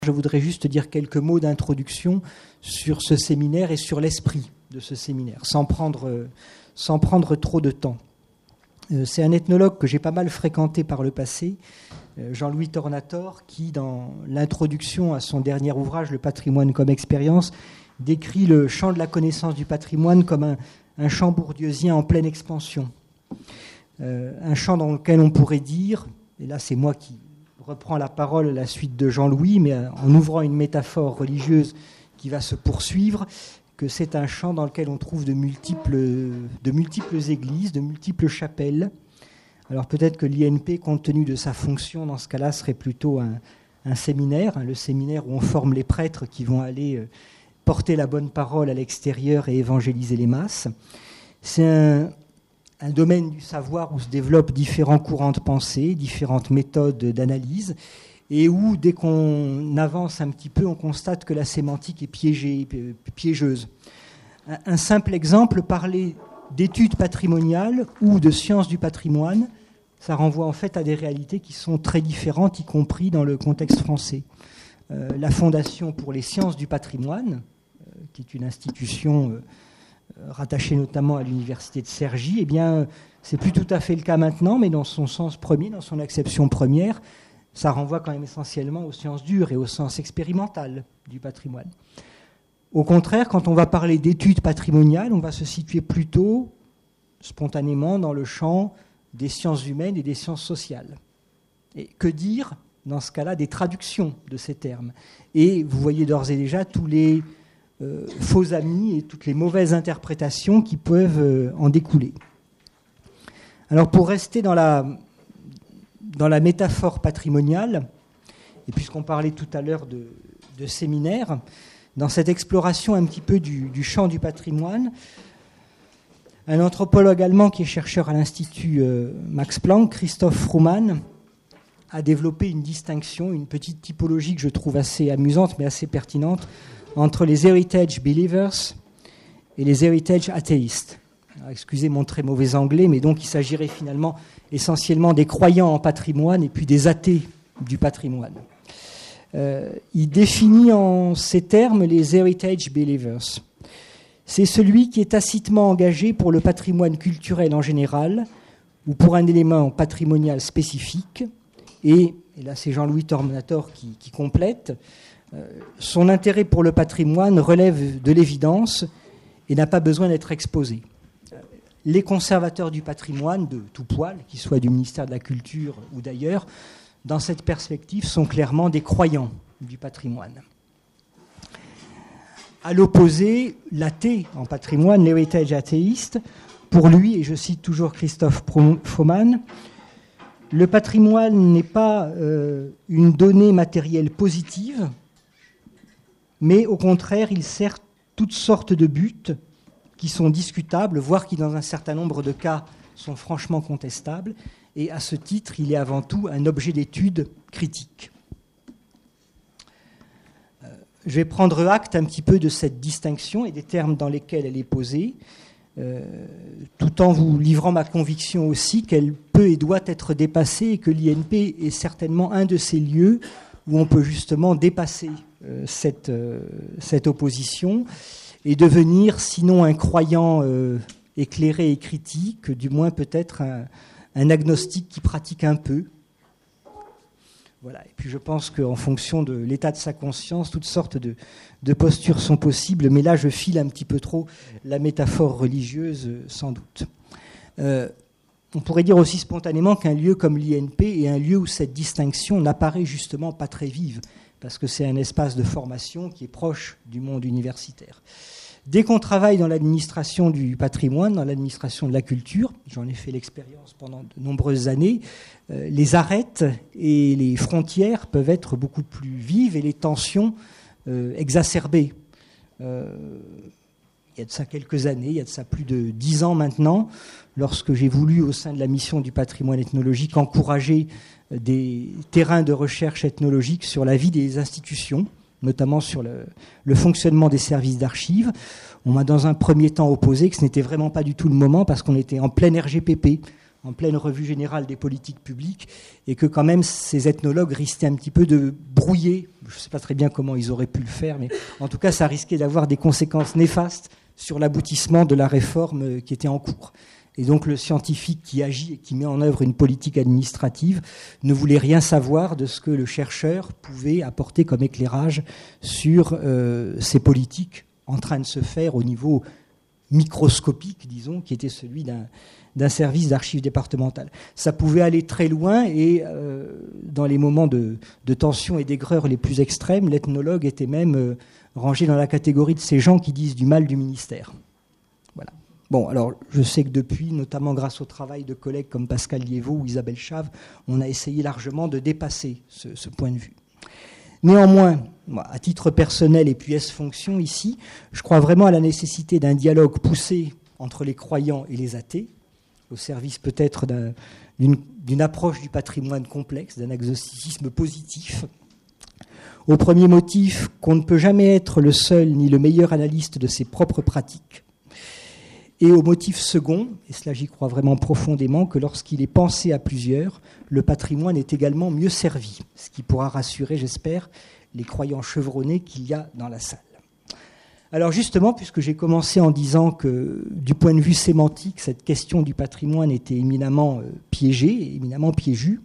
Je voudrais juste dire quelques mots d'introduction sur ce séminaire et sur l'esprit de ce séminaire, sans prendre trop de temps. C'est un ethnologue que j'ai pas mal fréquenté par le passé, Jean-Louis Tornator, qui, dans l'introduction à son dernier ouvrage, Le patrimoine comme expérience, décrit le champ de la connaissance du patrimoine comme un champ bourdieusien en pleine expansion. Un champ dans lequel on pourrait dire, et là c'est moi qui reprend la parole à la suite de Jean-Louis, mais en ouvrant une métaphore religieuse qui va se poursuivre, que c'est un champ dans lequel on trouve de multiples églises, de multiples chapelles. Alors peut-être que l'INP, compte tenu de sa fonction, dans ce cas-là, serait plutôt un séminaire, le séminaire où on forme les prêtres qui vont aller porter la bonne parole à l'extérieur et évangéliser les masses. C'est un domaine du savoir où se développent différents courants de pensée, différentes méthodes d'analyse, et où, dès qu'on avance un petit peu, on constate que la sémantique est piégeuse. Un simple exemple, parler d'études patrimoniales ou de sciences du patrimoine, ça renvoie en fait à des réalités qui sont très différentes, y compris dans le contexte français. La Fondation pour les sciences du patrimoine, qui est une institution rattaché notamment à l'université de Cergy, eh bien, c'est plus tout à fait le cas maintenant, mais dans son sens premier, dans son acception première, ça renvoie quand même essentiellement aux sciences dures et au sens expérimental du patrimoine. Au contraire, quand on va parler d'études patrimoniales, on va se situer plutôt spontanément dans le champ des sciences humaines et des sciences sociales. Et que dire, dans ce cas-là, des traductions de ces termes? Et vous voyez d'ores et déjà tous les faux amis et toutes les mauvaises interprétations qui peuvent en découler. Alors pour rester dans la métaphore patrimoniale, et puisqu'on parlait tout à l'heure de séminaire, dans cette exploration un petit peu du champ du patrimoine, un anthropologue allemand qui est chercheur à l'Institut Max Planck, Christoph Fruman, a développé une distinction, une petite typologie que je trouve assez amusante mais assez pertinente, entre les heritage believers et les heritage athéistes. Alors, excusez mon très mauvais anglais, mais donc il s'agirait finalement essentiellement des croyants en patrimoine et puis des athées du patrimoine. Il définit en ces termes les heritage believers. C'est celui qui est tacitement engagé pour le patrimoine culturel en général ou pour un élément patrimonial spécifique. Et là c'est Jean-Louis Tornator qui complète. Son intérêt pour le patrimoine relève de l'évidence et n'a pas besoin d'être exposé. Les conservateurs du patrimoine, de tout poil, qu'ils soient du ministère de la Culture ou d'ailleurs, dans cette perspective, sont clairement des croyants du patrimoine. À l'opposé, l'athée en patrimoine, l'héritage athéiste, pour lui, et je cite toujours Christoph Fruman, le patrimoine n'est pas une donnée matérielle positive, mais au contraire, il sert toutes sortes de buts qui sont discutables, voire qui, dans un certain nombre de cas, sont franchement contestables. Et à ce titre, il est avant tout un objet d'étude critique. Je vais prendre acte un petit peu de cette distinction et des termes dans lesquels elle est posée, tout en vous livrant ma conviction aussi qu'elle peut et doit être dépassée et que l'INP est certainement un de ces lieux où on peut justement dépasser cette opposition et devenir, sinon un croyant éclairé et critique, du moins peut-être un agnostique qui pratique un peu. Voilà. Et puis je pense qu'en fonction de l'état de sa conscience, toutes sortes de postures sont possibles, mais là je file un petit peu trop la métaphore religieuse, sans doute. On pourrait dire aussi spontanément qu'un lieu comme l'INP est un lieu où cette distinction n'apparaît justement pas très vive, parce que c'est un espace de formation qui est proche du monde universitaire. Dès qu'on travaille dans l'administration du patrimoine, dans l'administration de la culture, j'en ai fait l'expérience pendant de nombreuses années, les arêtes et les frontières peuvent être beaucoup plus vives et les tensions exacerbées. Il y a de ça quelques années, il y a de ça plus de 10 ans maintenant, lorsque j'ai voulu, au sein de la mission du patrimoine ethnologique, encourager des terrains de recherche ethnologique sur la vie des institutions, notamment sur le fonctionnement des services d'archives. On m'a dans un premier temps opposé que ce n'était vraiment pas du tout le moment parce qu'on était en plein RGPP. en pleine revue générale des politiques publiques, et que quand même ces ethnologues risquaient un petit peu de brouiller, je ne sais pas très bien comment ils auraient pu le faire, mais en tout cas ça risquait d'avoir des conséquences néfastes sur l'aboutissement de la réforme qui était en cours. Et donc le scientifique qui agit et qui met en œuvre une politique administrative ne voulait rien savoir de ce que le chercheur pouvait apporter comme éclairage sur ces politiques en train de se faire au niveau microscopique, disons, qui était celui d'un service d'archives départemental. Ça pouvait aller très loin et dans les moments de tension et d'aigreur les plus extrêmes, l'ethnologue était même rangé dans la catégorie de ces gens qui disent du mal du ministère. Voilà. Bon, alors je sais que depuis, notamment grâce au travail de collègues comme Pascal Liévaux ou Isabelle Chave, on a essayé largement de dépasser ce point de vue. Néanmoins, à titre personnel et puis fonction ici, je crois vraiment à la nécessité d'un dialogue poussé entre les croyants et les athées, au service peut-être d'une approche du patrimoine complexe, d'un agnosticisme positif. Au premier motif, qu'on ne peut jamais être le seul ni le meilleur analyste de ses propres pratiques. Et au motif second, et cela j'y crois vraiment profondément, que lorsqu'il est pensé à plusieurs, le patrimoine est également mieux servi, ce qui pourra rassurer, j'espère, les croyants chevronnés qu'il y a dans la salle. Alors justement, puisque j'ai commencé en disant que du point de vue sémantique, cette question du patrimoine était éminemment piégée, éminemment piégue,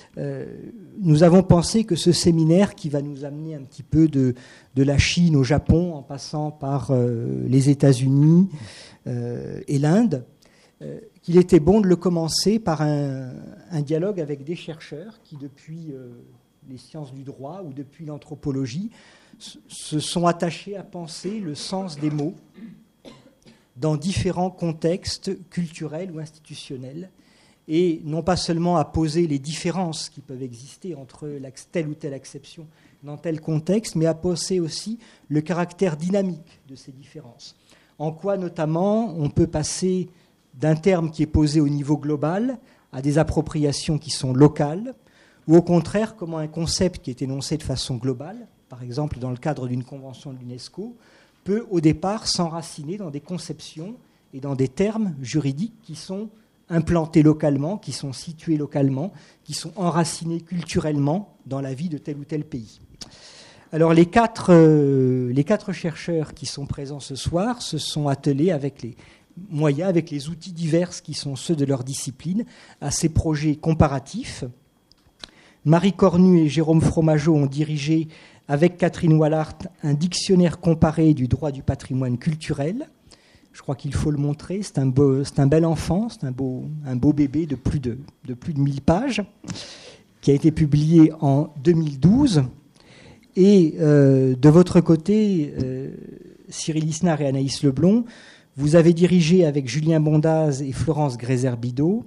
nous avons pensé que ce séminaire qui va nous amener un petit peu de la Chine au Japon, en passant par les États-Unis et l'Inde, qu'il était bon de le commencer par un dialogue avec des chercheurs qui, depuis les sciences du droit ou depuis l'anthropologie, se sont attachés à penser le sens des mots dans différents contextes culturels ou institutionnels, et non pas seulement à poser les différences qui peuvent exister entre telle ou telle acception dans tel contexte, mais à poser aussi le caractère dynamique de ces différences. En quoi, notamment, on peut passer d'un terme qui est posé au niveau global à des appropriations qui sont locales, ou au contraire, comment un concept qui est énoncé de façon globale, par exemple dans le cadre d'une convention de l'UNESCO, peut au départ s'enraciner dans des conceptions et dans des termes juridiques qui sont implantés localement, qui sont situés localement, qui sont enracinés culturellement dans la vie de tel ou tel pays. Alors les quatre chercheurs qui sont présents ce soir se sont attelés avec les moyens, avec les outils divers qui sont ceux de leur discipline, à ces projets comparatifs. Marie Cornu et Jérôme Fromageau ont dirigé, avec Catherine Wallart, un dictionnaire comparé du droit du patrimoine culturel. Je crois qu'il faut le montrer, c'est un bel enfant, c'est un beau bébé de plus de 1000 pages, qui a été publié en 2012. Et de votre côté, Cyril Lisnard et Anaïs Leblond, vous avez dirigé avec Julien Bondaz et Florence Grézer-Bidot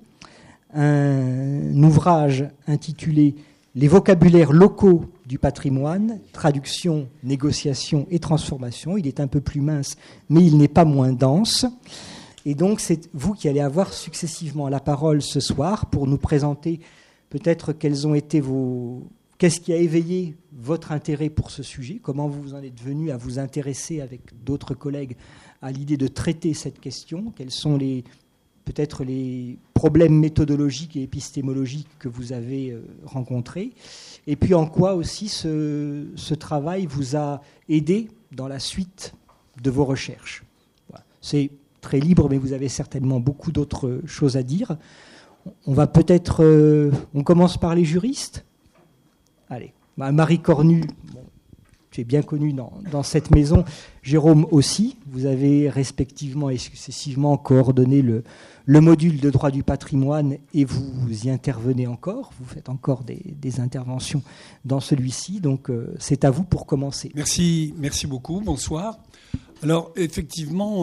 un ouvrage intitulé « Les vocabulaires locaux du patrimoine, traduction, négociation et transformation ». Il est un peu plus mince, mais il n'est pas moins dense. Et donc, c'est vous qui allez avoir successivement la parole ce soir pour nous présenter peut-être quels ont été qu'est-ce qui a éveillé votre intérêt pour ce sujet, comment vous en êtes venu à vous intéresser avec d'autres collègues à l'idée de traiter cette question, quels sont peut-être les problèmes méthodologiques et épistémologiques que vous avez rencontrés, et puis en quoi aussi ce travail vous a aidé dans la suite de vos recherches. Voilà. C'est très libre, mais vous avez certainement beaucoup d'autres choses à dire. On va peut-être... on commence par les juristes. Allez, Marie Cornu, bon, tu es bien connue dans cette maison. Jérôme aussi, vous avez respectivement et successivement coordonné le module de droit du patrimoine et vous y intervenez encore. Vous faites encore des interventions dans celui-ci. Donc c'est à vous pour commencer. Merci beaucoup. Bonsoir. Alors effectivement,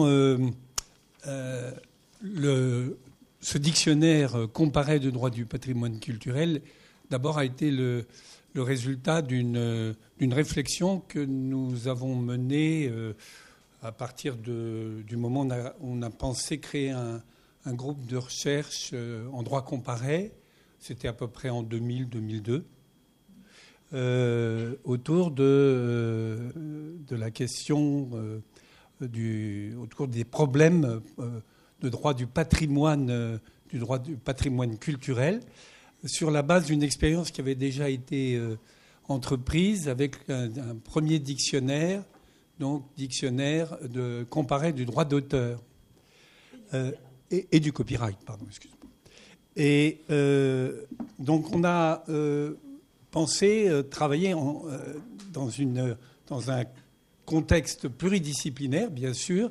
ce dictionnaire comparé de droit du patrimoine culturel, d'abord a été le résultat d'une réflexion que nous avons menée à partir du moment où on a pensé créer un groupe de recherche en droit comparé. C'était à peu près en 2000-2002, autour de la question autour des problèmes de droit du patrimoine du droit du patrimoine culturel, sur la base d'une expérience qui avait déjà été entreprise avec un premier dictionnaire, donc dictionnaire comparé du droit d'auteur et du copyright, pardon, excusez-moi. Et donc on a pensé travailler dans un contexte pluridisciplinaire, bien sûr,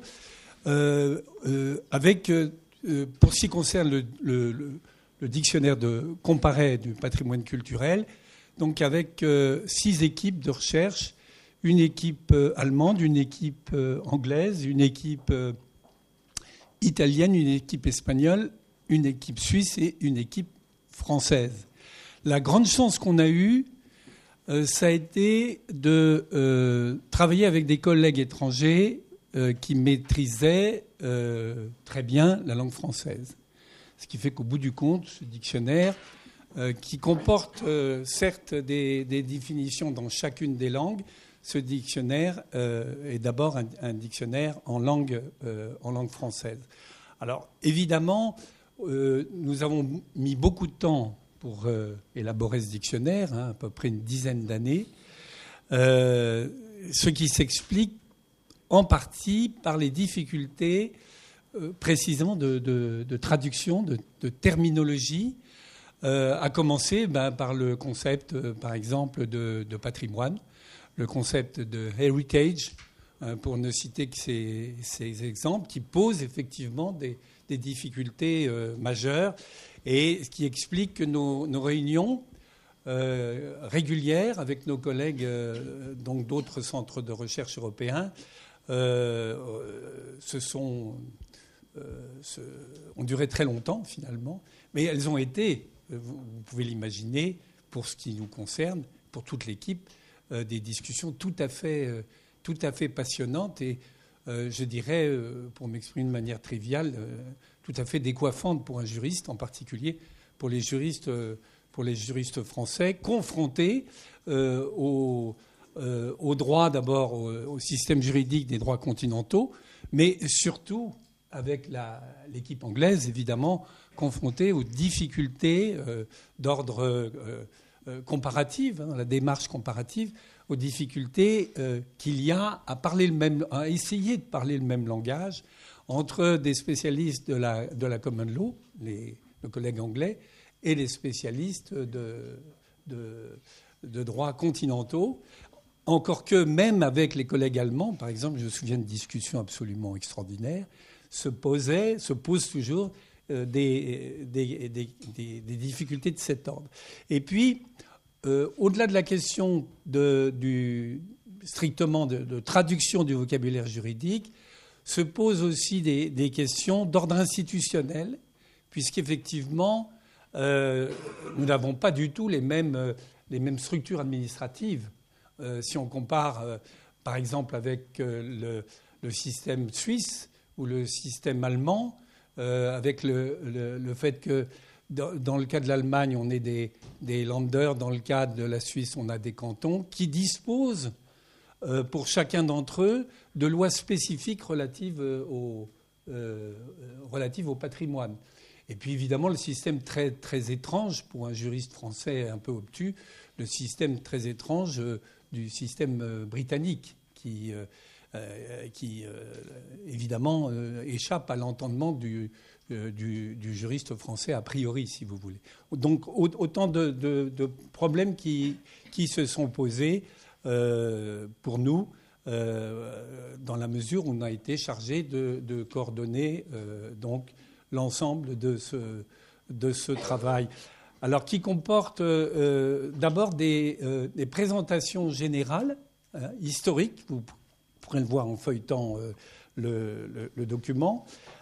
avec, pour ce qui concerne le dictionnaire comparé du patrimoine culturel, donc avec 6 équipes de recherche, une équipe allemande, une équipe anglaise, une équipe italienne, une équipe espagnole, une équipe suisse et une équipe française. La grande chance qu'on a eue, ça a été de travailler avec des collègues étrangers qui maîtrisaient très bien la langue française. Ce qui fait qu'au bout du compte, ce dictionnaire, qui comporte certes des définitions dans chacune des langues, ce dictionnaire est d'abord un dictionnaire en langue française. Alors évidemment, nous avons mis beaucoup de temps pour élaborer ce dictionnaire, à peu près une dizaine d'années, ce qui s'explique en partie par les difficultés précisément de traduction, de terminologie, à commencer par le concept, par exemple, de patrimoine, le concept de heritage, pour ne citer que ces exemples, qui posent effectivement des difficultés majeures et ce qui explique que nos réunions régulières avec nos collègues donc d'autres centres de recherche européens ont duré très longtemps finalement, mais elles ont été, vous pouvez l'imaginer, pour ce qui nous concerne, pour toute l'équipe, des discussions tout à fait passionnantes et je dirais, pour m'exprimer de manière triviale, tout à fait décoiffantes pour un juriste, en particulier pour les juristes français, confrontés au droit d'abord, au système juridique des droits continentaux, mais surtout avec l'équipe anglaise, évidemment, confrontée aux difficultés d'ordre comparatif, la démarche comparative, aux difficultés qu'il y a à essayer de parler le même langage entre des spécialistes de la common law, nos collègues anglais, et les spécialistes de droits continentaux. Encore que même avec les collègues allemands, par exemple, je me souviens de discussions absolument extraordinaires, se posent toujours des difficultés de cet ordre. Et puis, au-delà de la question strictement de traduction du vocabulaire juridique, se posent aussi des questions d'ordre institutionnel, puisqu'effectivement, nous n'avons pas du tout les mêmes structures administratives. Si on compare, par exemple, avec le système suisse ou le système allemand, avec le fait que dans le cas de l'Allemagne, on est des Länder, dans le cas de la Suisse, on a des cantons qui disposent, pour chacun d'entre eux, de lois spécifiques relatives au patrimoine. Et puis évidemment, le système très, très étrange, pour un juriste français un peu obtus, le système très étrange du système britannique qui évidemment échappe à l'entendement du juriste français a priori, si vous voulez. Donc autant de problèmes qui se sont posés pour nous dans la mesure où on a été chargé de coordonner donc l'ensemble de ce travail. Alors qui comporte d'abord des présentations générales, historiques, vous pourrez le voir en feuilletant le document,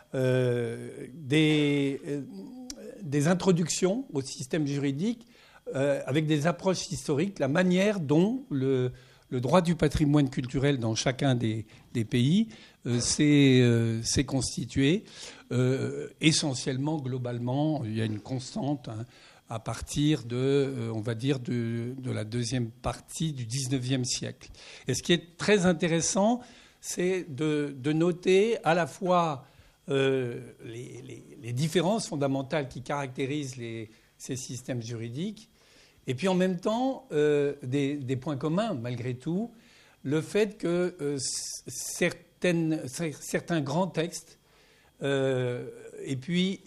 des introductions au système juridique avec des approches historiques, la manière dont le droit du patrimoine culturel dans chacun des pays s'est constitué. Essentiellement, globalement, il y a une constante à partir on va dire, de la deuxième partie du XIXe siècle. Et ce qui est très intéressant, c'est de noter à la fois les différences fondamentales qui caractérisent ces systèmes juridiques, et puis en même temps des points communs malgré tout, le fait que certains grands textes aient pu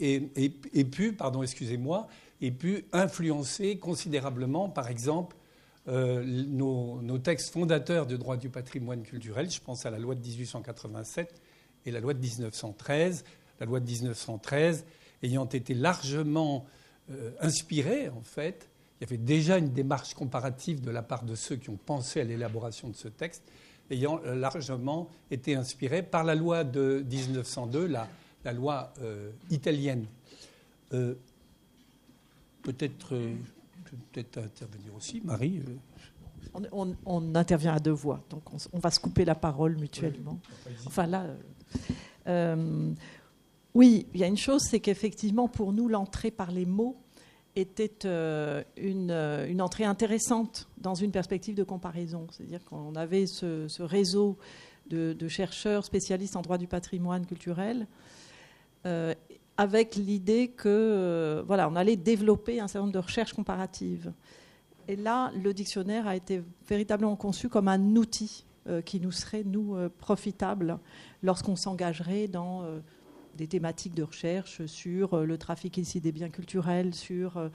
influencer considérablement, par exemple, nos textes fondateurs de droit du patrimoine culturel. Je pense à la loi de 1887 et la loi de 1913. La loi de 1913 ayant été largement inspirée, en fait, il y avait déjà une démarche comparative de la part de ceux qui ont pensé à l'élaboration de ce texte, ayant largement été inspirée par la loi de 1902, la loi italienne. Peut-être intervenir aussi, Marie. On intervient à deux voix, donc on va se couper la parole mutuellement. Enfin là, oui, il y a une chose, c'est qu'effectivement, pour nous, l'entrée par les mots était une entrée intéressante dans une perspective de comparaison. C'est-à-dire qu'on avait ce réseau de chercheurs spécialistes en droit du patrimoine culturel, avec l'idée que on allait développer un certain nombre de recherches comparatives. Et là, le dictionnaire a été véritablement conçu comme un outil qui nous serait, profitable lorsqu'on s'engagerait dans des thématiques de recherche sur le trafic illicite des biens culturels, sur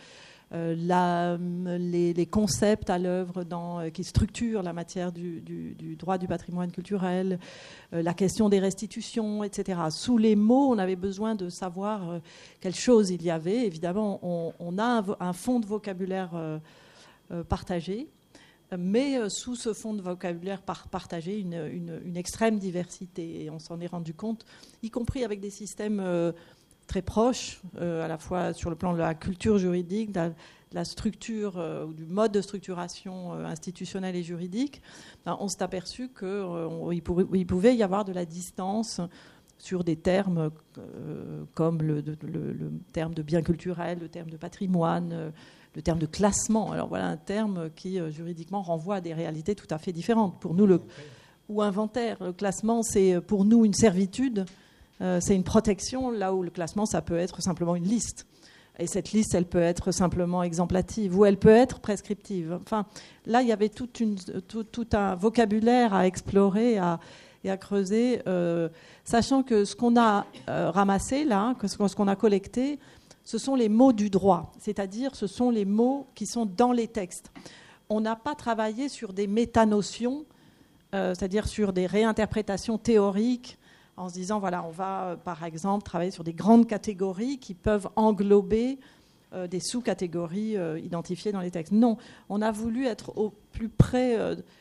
les concepts à l'œuvre qui structurent la matière du droit du patrimoine culturel, la question des restitutions, etc. Sous les mots, on avait besoin de savoir quelles choses il y avait. Évidemment, on a un fond de vocabulaire partagé, mais sous ce fond de vocabulaire partagé, une extrême diversité. Et on s'en est rendu compte, y compris avec des systèmes très proches, à la fois sur le plan de la culture juridique, de la structure ou du mode de structuration institutionnelle et juridique. On s'est aperçu qu'il pouvait y avoir de la distance sur des termes comme le terme de bien culturel, le terme de patrimoine, le terme de classement. Alors voilà un terme qui juridiquement renvoie à des réalités tout à fait différentes. Pour nous, ou inventaire. Le classement, c'est pour nous une servitude, c'est une protection, là où le classement, ça peut être simplement une liste. Et cette liste, elle peut être simplement exemplative ou elle peut être prescriptive. Enfin, là, il y avait tout un vocabulaire à explorer et à creuser, sachant que ce qu'on a ramassé là, ce qu'on a collecté, ce sont les mots du droit, c'est-à-dire ce sont les mots qui sont dans les textes. On n'a pas travaillé sur des métanotions, c'est-à-dire sur des réinterprétations théoriques, en se disant, on va par exemple travailler sur des grandes catégories qui peuvent englober des sous-catégories identifiées dans les textes. Non, on a voulu être au plus près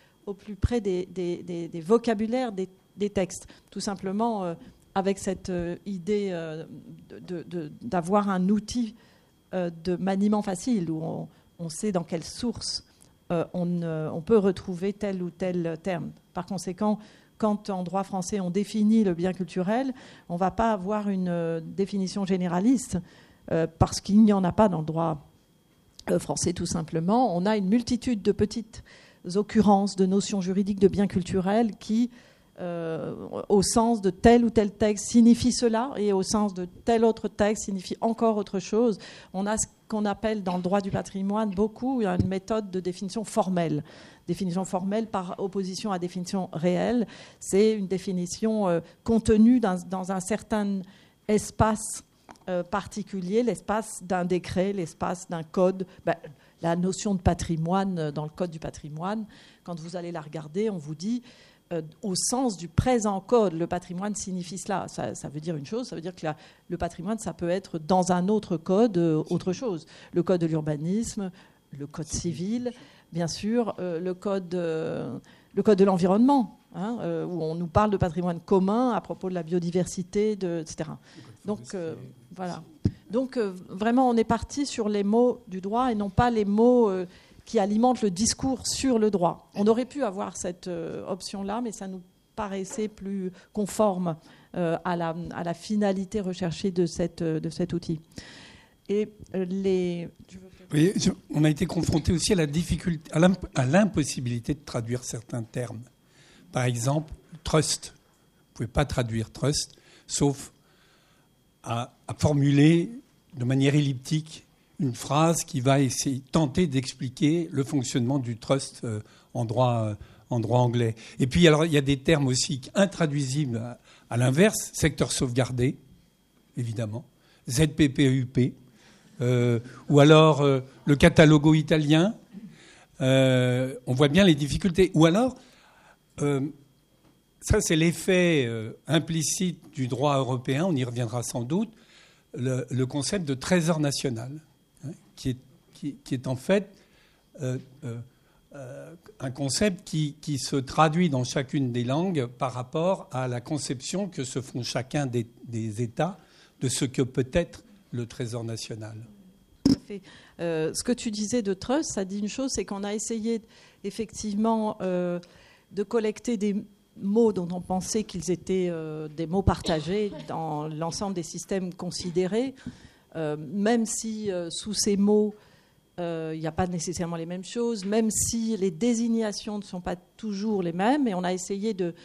des vocabulaires des textes, tout simplement avec cette idée d'avoir un outil de maniement facile, où on sait dans quelle source on peut retrouver tel ou tel terme. Par conséquent, quand en droit français on définit le bien culturel, on ne va pas avoir une définition généraliste, parce qu'il n'y en a pas dans le droit français tout simplement. On a une multitude de petites occurrences de notions juridiques de bien culturel qui, au sens de tel ou tel texte, signifie cela, et au sens de tel autre texte signifie encore autre chose. On a ce qu'on appelle dans le droit du patrimoine beaucoup une méthode de définition formelle. Définition formelle par opposition à définition réelle. C'est une définition contenue dans un certain espace particulier, l'espace d'un décret, l'espace d'un code. La notion de patrimoine dans le code du patrimoine, quand vous allez la regarder, on vous dit au sens du présent code, le patrimoine signifie cela. Ça veut dire une chose, ça veut dire que le patrimoine, ça peut être dans un autre code autre chose. Le code de l'urbanisme, le code civil, bien sûr, le code de l'environnement, où on nous parle de patrimoine commun à propos de la biodiversité, etc. Donc, voilà. Donc, vraiment, on est parti sur les mots du droit et non pas les mots qui alimentent le discours sur le droit. On aurait pu avoir cette option-là, mais ça nous paraissait plus conforme à la finalité recherchée de cet outil. Et oui, on a été confronté aussi à la difficulté, à l'impossibilité de traduire certains termes. Par exemple, trust. Vous ne pouvez pas traduire trust, sauf à formuler de manière elliptique une phrase qui va tenter d'expliquer le fonctionnement du trust en droit anglais. Et puis, alors, il y a des termes aussi intraduisibles à l'inverse, secteur sauvegardé, évidemment, ZPPUP, ou alors le catalogo italien. On voit bien les difficultés. Ou alors, ça c'est l'effet implicite du droit européen, on y reviendra sans doute, le concept de trésor national, hein, qui est en fait un concept qui se traduit dans chacune des langues par rapport à la conception que se font chacun des États de ce que peut être le trésor national. Tout à fait. Ce que tu disais de trust, ça dit une chose, c'est qu'on a essayé effectivement de collecter des mots dont on pensait qu'ils étaient des mots partagés dans l'ensemble des systèmes considérés, même si sous ces mots, il n'y a pas nécessairement les mêmes choses, même si les désignations ne sont pas toujours les mêmes, et on a essayé de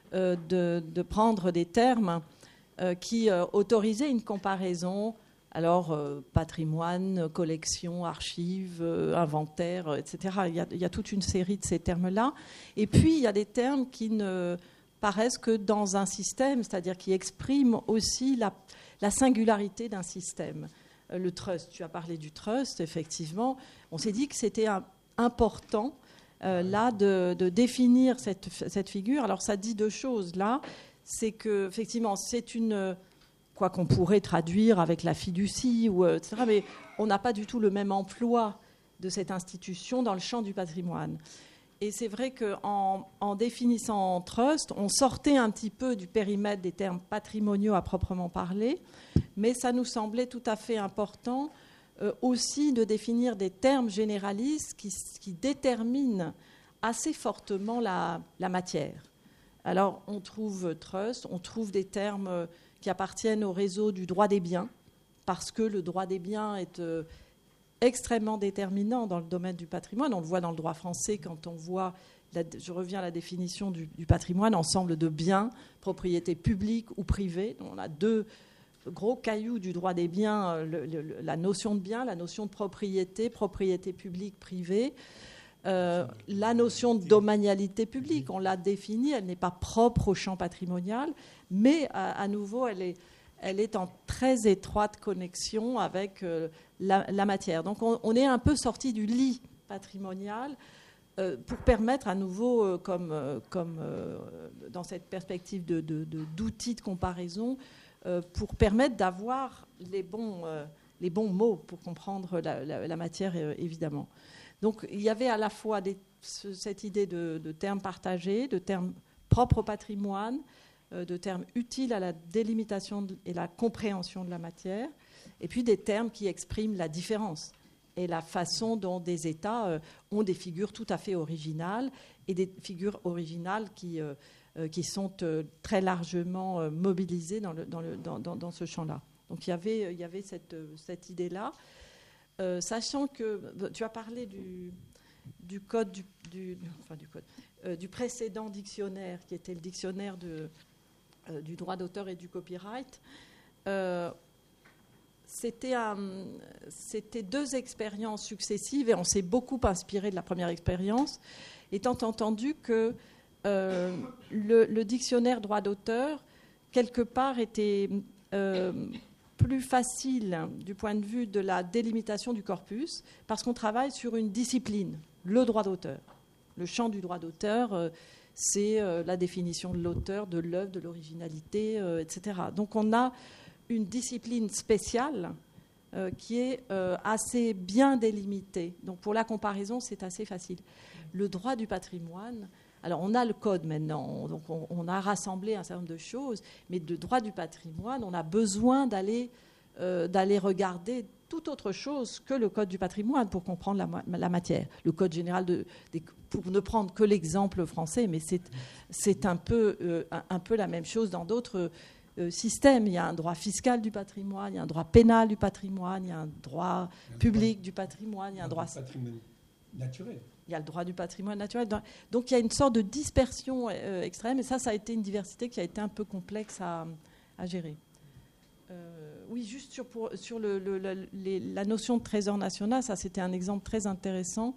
prendre des termes qui autorisaient une comparaison. Alors, patrimoine, collection, archives, inventaire, etc. Il y a toute une série de ces termes-là. Et puis, il y a des termes qui ne paraissent que dans un système, c'est-à-dire qui expriment aussi la singularité d'un système. Le trust, tu as parlé du trust, effectivement. On s'est dit que c'était important, là, de définir cette figure. Alors, ça dit deux choses, là. C'est que, effectivement, c'est une... quoi qu'on pourrait traduire avec la fiducie, etc. Mais on n'a pas du tout le même emploi de cette institution dans le champ du patrimoine. Et c'est vrai qu'en définissant trust, on sortait un petit peu du périmètre des termes patrimoniaux à proprement parler, mais ça nous semblait tout à fait important aussi de définir des termes généralistes qui déterminent assez fortement la matière. Alors, on trouve trust, on trouve des termes qui appartiennent au réseau du droit des biens, parce que le droit des biens est extrêmement déterminant dans le domaine du patrimoine. On le voit dans le droit français quand on voit, je reviens à la définition du patrimoine, ensemble de biens, propriété publique ou privée. On a deux gros cailloux du droit des biens, la notion de bien, la notion de propriété publique, privée. La notion de domanialité publique, on l'a définie, elle n'est pas propre au champ patrimonial, mais à nouveau, elle est en très étroite connexion avec la matière. Donc on est un peu sorti du lit patrimonial pour permettre à nouveau, comme dans cette perspective d'outils de comparaison, pour permettre d'avoir les bons mots pour comprendre la matière, évidemment. Donc il y avait à la fois cette idée de termes partagés, de termes propres au patrimoine, de termes utiles à la délimitation et la compréhension de la matière, et puis des termes qui expriment la différence et la façon dont des États ont des figures tout à fait originales, et des figures originales qui sont très largement mobilisées dans ce champ-là. Donc il y avait cette idée-là. Sachant que tu as parlé du code du précédent dictionnaire, qui était le dictionnaire du droit d'auteur et du copyright, c'était deux expériences successives, et on s'est beaucoup inspiré de la première expérience, étant entendu que le dictionnaire droit d'auteur, quelque part, était plus facile du point de vue de la délimitation du corpus, parce qu'on travaille sur une discipline, le droit d'auteur. Le champ du droit d'auteur, c'est la définition de l'auteur, de l'œuvre, de l'originalité, etc. Donc on a une discipline spéciale qui est assez bien délimitée. Donc pour la comparaison, c'est assez facile. Le droit du patrimoine, alors on a le code maintenant, donc on a rassemblé un certain nombre de choses, mais le droit du patrimoine, on a besoin d'aller regarder toute autre chose que le code du patrimoine pour comprendre la matière. Le code général, pour ne prendre que l'exemple français, mais c'est un peu la même chose dans d'autres systèmes. Il y a un droit fiscal du patrimoine, il y a un droit pénal du patrimoine, il y a un droit public du patrimoine, il y a un droit patrimoine naturel. Il y a le droit du patrimoine naturel. Donc il y a une sorte de dispersion extrême, et ça a été une diversité qui a été un peu complexe à gérer. Oui, juste sur la notion de trésor national, ça c'était un exemple très intéressant.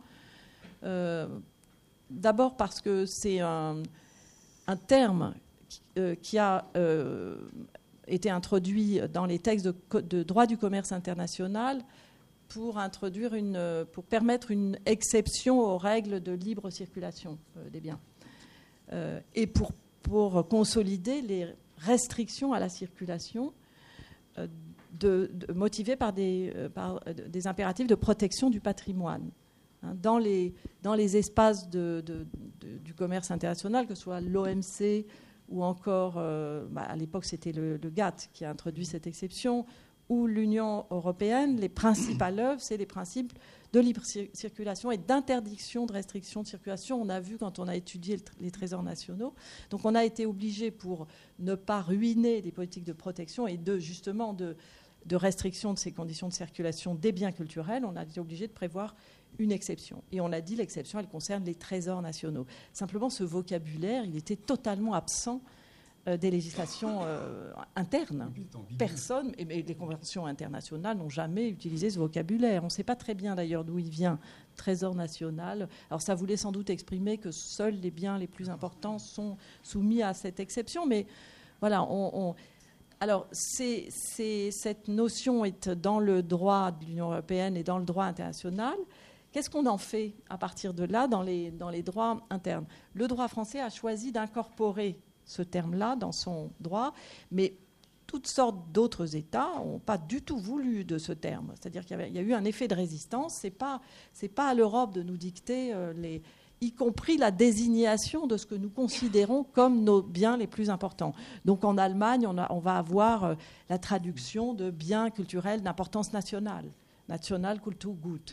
D'abord parce que c'est un terme qui a été introduit dans les textes de droit du commerce international pour permettre une exception aux règles de libre circulation des biens et pour consolider les restrictions à la circulation motivées par des impératifs de protection du patrimoine. Dans les espaces du commerce international, que ce soit l'OMC ou encore, à l'époque c'était le GATT qui a introduit cette exception, ou l'Union européenne, les principales œuvres, c'est les principes de libre circulation et d'interdiction de restriction de circulation. On a vu quand on a étudié les trésors nationaux. Donc on a été obligé, pour ne pas ruiner les politiques de protection et justement de restriction de ces conditions de circulation des biens culturels, on a été obligé de prévoir une exception. Et on a dit l'exception, elle concerne les trésors nationaux. Simplement, ce vocabulaire, il était totalement absent des législations internes. Personne, et les conventions internationales n'ont jamais utilisé ce vocabulaire. On ne sait pas très bien d'ailleurs d'où il vient, trésor national. Alors ça voulait sans doute exprimer que seuls les biens les plus importants sont soumis à cette exception, mais voilà, alors cette notion est dans le droit de l'Union européenne et dans le droit international. Qu'est-ce qu'on en fait à partir de là dans les droits internes ? Le droit français a choisi d'incorporer ce terme-là dans son droit, mais toutes sortes d'autres États n'ont pas du tout voulu de ce terme. C'est-à-dire qu'il y a eu un effet de résistance. C'est pas à l'Europe de nous dicter, y compris la désignation de ce que nous considérons comme nos biens les plus importants. Donc en Allemagne, on va avoir la traduction de biens culturels d'importance nationale, National Kulturgut.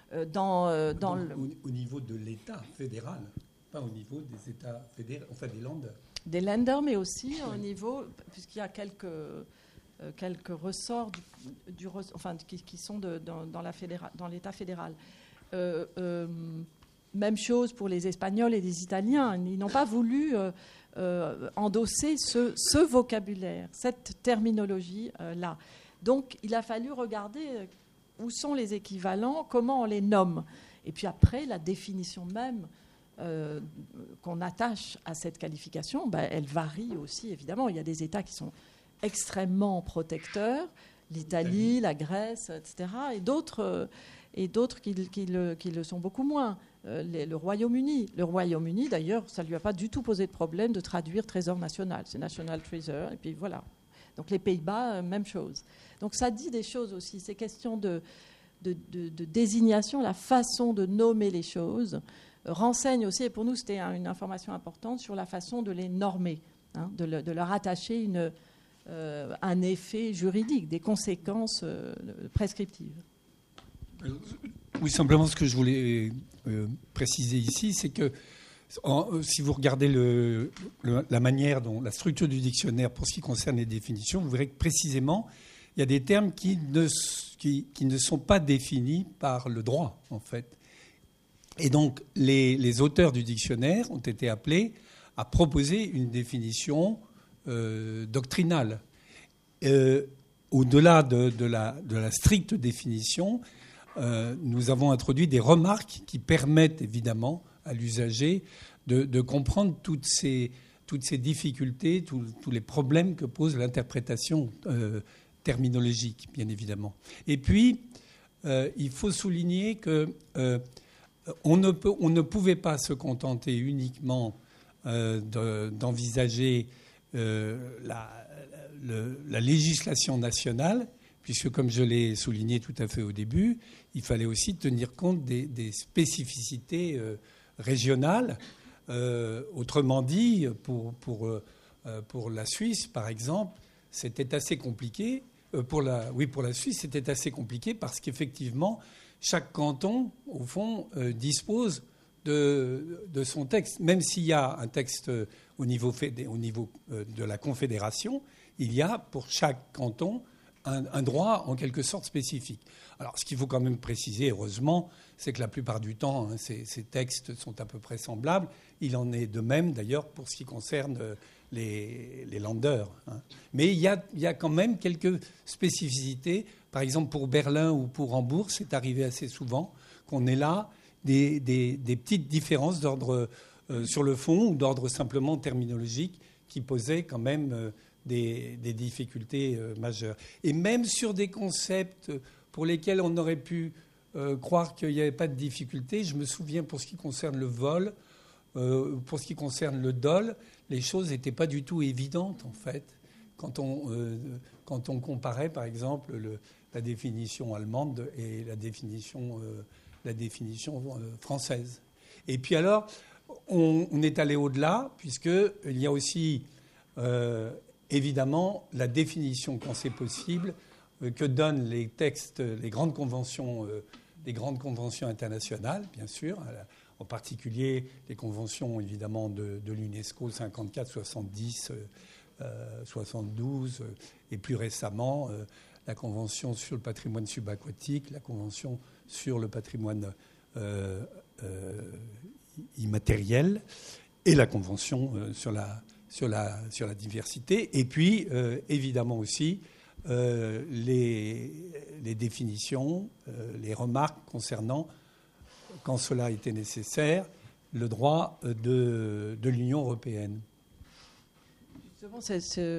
Au niveau de l'État fédéral, pas au niveau des États fédéraux, enfin des Länder. Des Länder, mais aussi au niveau, puisqu'il y a quelques ressorts qui sont dans l'État fédéral. Même chose pour les Espagnols et les Italiens. Ils n'ont pas voulu endosser ce vocabulaire, cette terminologie-là. Donc, il a fallu regarder où sont les équivalents, comment on les nomme. Et puis après, la définition même qu'on attache à cette qualification, elle varie aussi, évidemment. Il y a des États qui sont extrêmement protecteurs, l'Italie, la Grèce, etc., et d'autres qui le sont beaucoup moins. Le Royaume-Uni. Le Royaume-Uni, d'ailleurs, ça ne lui a pas du tout posé de problème de traduire trésor national. C'est National Treasure, et puis voilà. Donc les Pays-Bas, même chose. Donc ça dit des choses aussi. Ces questions de désignation, la façon de nommer les choses, renseigne aussi, et pour nous c'était une information importante, sur la façon de les normer, de leur attacher un effet juridique, des conséquences prescriptives. Oui, simplement ce que je voulais préciser ici, c'est que si vous regardez la manière dont la structure du dictionnaire pour ce qui concerne les définitions, vous verrez que précisément, il y a des termes qui ne sont pas définis par le droit, en fait. Et donc, les auteurs du dictionnaire ont été appelés à proposer une définition doctrinale. Au-delà de la stricte définition, nous avons introduit des remarques qui permettent évidemment à l'usager de comprendre toutes ces difficultés, tous les problèmes que pose l'interprétation terminologique, bien évidemment. Et puis, il faut souligner que on ne pouvait pas se contenter uniquement d'envisager la législation nationale, puisque, comme je l'ai souligné tout à fait au début, il fallait aussi tenir compte des spécificités régionales. Autrement dit, pour la Suisse, par exemple, c'était assez compliqué. Pour la Suisse, c'était assez compliqué parce qu'effectivement, chaque canton, au fond, dispose de son texte. Même s'il y a un texte au niveau de la Confédération, il y a pour chaque canton un droit en quelque sorte spécifique. Alors, ce qu'il faut quand même préciser, heureusement, c'est que la plupart du temps, ces textes sont à peu près semblables. Il en est de même, d'ailleurs, pour ce qui concerne les Länder. Mais il y a quand même quelques spécificités. Par exemple, pour Berlin ou pour Hambourg, c'est arrivé assez souvent qu'on ait là des petites différences d'ordre sur le fond ou d'ordre simplement terminologique qui posaient quand même des difficultés majeures. Et même sur des concepts pour lesquels on aurait pu croire qu'il n'y avait pas de difficulté, je me souviens pour ce qui concerne le vol, pour ce qui concerne le dol, les choses n'étaient pas du tout évidentes en fait. Quand on comparait par exemple la définition allemande et la définition française. Et puis alors, on est allé au-delà puisqu'il y a aussi évidemment la définition, quand c'est possible, que donnent les textes, les grandes conventions internationales, bien sûr, en particulier les conventions évidemment de l'UNESCO 54, 70, 72, et plus récemment la convention sur le patrimoine subaquatique, la convention sur le patrimoine immatériel et la convention sur la diversité. Et puis, évidemment aussi, les définitions, les remarques concernant, quand cela était nécessaire, le droit de l'Union européenne. Justement, c'est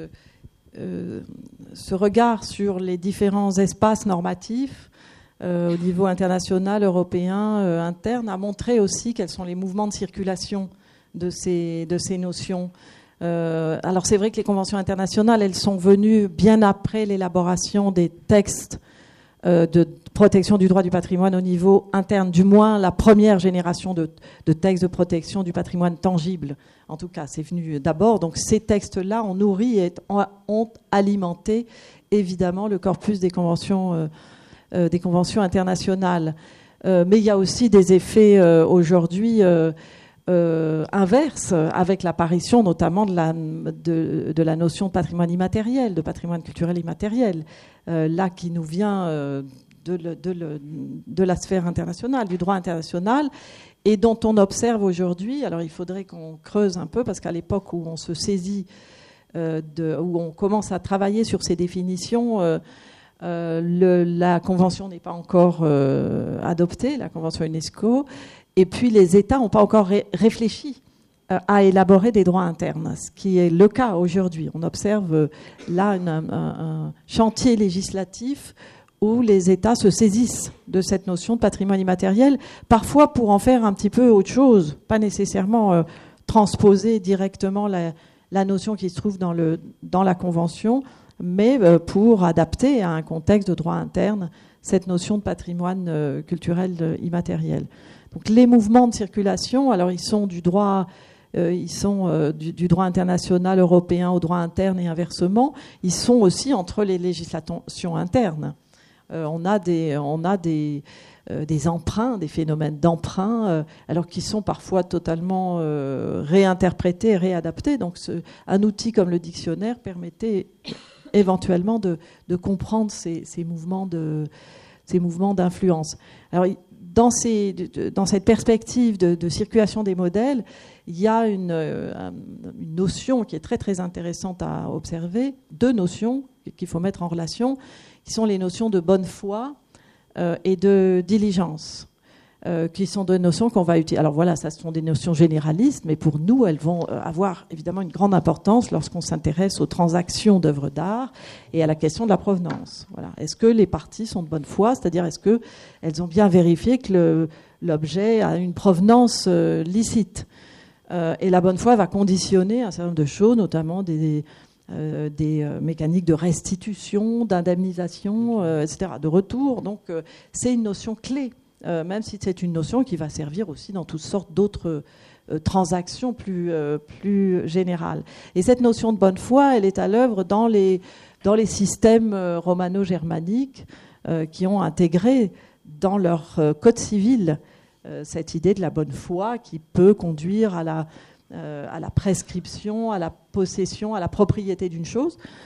ce regard sur les différents espaces normatifs au niveau international, européen, interne, a montré aussi quels sont les mouvements de circulation de ces notions. Alors c'est vrai que les conventions internationales, elles sont venues bien après l'élaboration des textes de protection du droit du patrimoine au niveau interne, du moins la première génération de textes de protection du patrimoine tangible. En tout cas, c'est venu d'abord. Donc ces textes-là ont nourri et ont alimenté évidemment le corpus des conventions internationales. Mais il y a aussi des effets aujourd'hui inverses, avec l'apparition notamment de la notion de patrimoine immatériel, de patrimoine culturel immatériel, là qui nous vient de la sphère internationale, du droit international, et dont on observe aujourd'hui, alors il faudrait qu'on creuse un peu, parce qu'à l'époque où on se saisit, où on commence à travailler sur ces définitions, la convention n'est pas encore adoptée, la convention UNESCO, et puis les États n'ont pas encore réfléchi à élaborer des droits internes, ce qui est le cas aujourd'hui. On observe là un chantier législatif où les États se saisissent de cette notion de patrimoine immatériel, parfois pour en faire un petit peu autre chose, pas nécessairement transposer directement la notion qui se trouve dans la Convention, mais pour adapter à un contexte de droit interne cette notion de patrimoine culturel immatériel. Donc les mouvements de circulation, alors ils sont du droit du droit international européen au droit interne et inversement, ils sont aussi entre les législations internes. On a des emprunts, des phénomènes d'emprunt, alors qui sont parfois totalement réinterprétés, réadaptés. Donc un outil comme le dictionnaire permettait éventuellement de comprendre ces mouvements d'influence. Alors dans cette perspective de circulation des modèles, il y a une notion qui est très très intéressante à observer, deux notions qu'il faut mettre en relation, qui sont les notions de bonne foi et de diligence, qui sont deux notions qu'on va utiliser. Alors voilà, ça sont des notions généralistes, mais pour nous, elles vont avoir évidemment une grande importance lorsqu'on s'intéresse aux transactions d'œuvres d'art et à la question de la provenance. Voilà. Est-ce que les parties sont de bonne foi, c'est-à-dire est-ce qu'elles ont bien vérifié que l'objet a une provenance licite, et la bonne foi va conditionner un certain nombre de choses, notamment des mécaniques de restitution, d'indemnisation, etc., de retour. Donc c'est une notion clé, même si c'est une notion qui va servir aussi dans toutes sortes d'autres transactions plus générales. Et cette notion de bonne foi, elle est à l'œuvre dans les systèmes romano-germaniques qui ont intégré dans leur code civil cette idée de la bonne foi qui peut conduire à la prescription, à la possession, à la propriété d'une chose.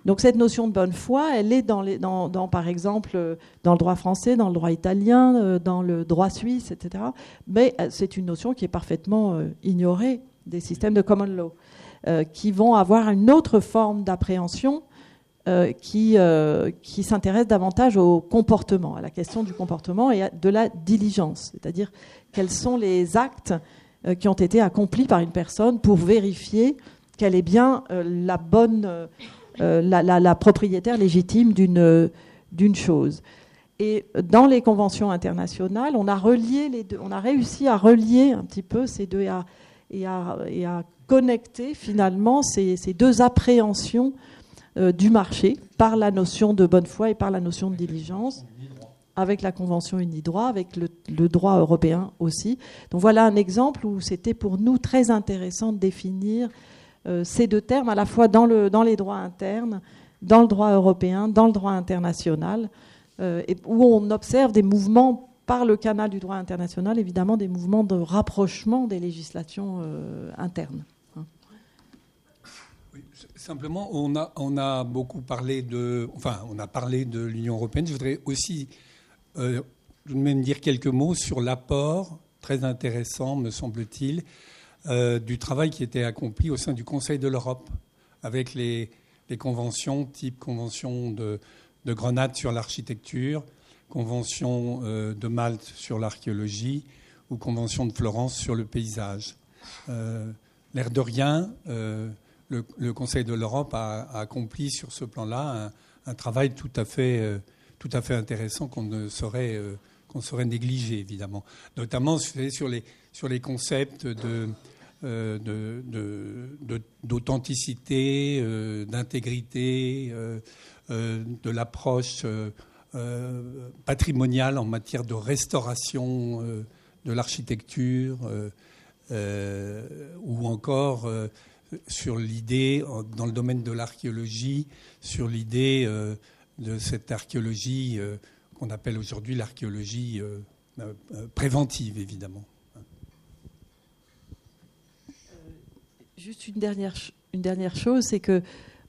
Donc cette notion de bonne foi, elle est par exemple, dans le droit français, dans le droit italien, dans le droit suisse, etc. Mais c'est une notion qui est parfaitement ignorée des systèmes de common law, qui vont avoir une autre forme d'appréhension qui s'intéresse davantage au comportement, à la question du comportement et de la diligence, c'est-à-dire quels sont les actes qui ont été accomplis par une personne pour vérifier qu'elle est bien la bonne, la propriétaire légitime d'une chose. Et dans les conventions internationales, on a réussi à relier un petit peu ces deux et à connecter finalement ces deux appréhensions du marché par la notion de bonne foi et par la notion de diligence, avec la Convention Unidroit, avec le droit européen aussi. Donc voilà un exemple où c'était pour nous très intéressant de définir ces deux termes, à la fois dans les droits internes, dans le droit européen, dans le droit international, où on observe des mouvements par le canal du droit international, évidemment des mouvements de rapprochement des législations internes. Simplement, on a beaucoup parlé on a parlé de l'Union européenne. Je voudrais aussi tout de même dire quelques mots sur l'apport très intéressant, me semble-t-il, du travail qui était accompli au sein du Conseil de l'Europe, avec les conventions, type convention de Grenade sur l'architecture, convention de Malte sur l'archéologie ou convention de Florence sur le paysage. L'air de rien, le Conseil de l'Europe a accompli sur ce plan-là un travail tout à fait intéressant qu'on ne saurait négliger, évidemment. Notamment sur les concepts d'authenticité, d'intégrité, de l'approche patrimoniale en matière de restauration de l'architecture, ou encore sur l'idée, dans le domaine de l'archéologie, sur l'idée de cette archéologie qu'on appelle aujourd'hui l'archéologie préventive, évidemment. Juste une dernière chose, c'est que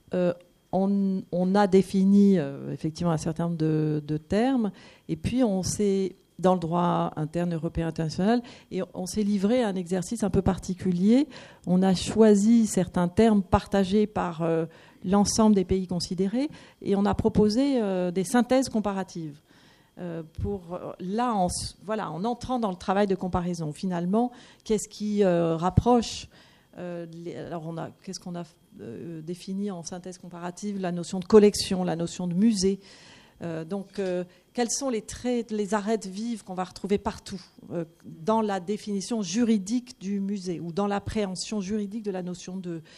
on a défini effectivement un certain nombre de termes, et puis on s'est, dans le droit interne européen international, et on s'est livré à un exercice un peu particulier. On a choisi certains termes partagés par l'ensemble des pays considérés, et on a proposé des synthèses comparatives. En entrant dans le travail de comparaison, finalement, qu'est-ce qui rapproche qu'est-ce qu'on a défini en synthèse comparative? La notion de collection, la notion de musée. Quels sont les traits, les arêtes vives qu'on va retrouver partout dans la définition juridique du musée ou dans l'appréhension juridique de la notion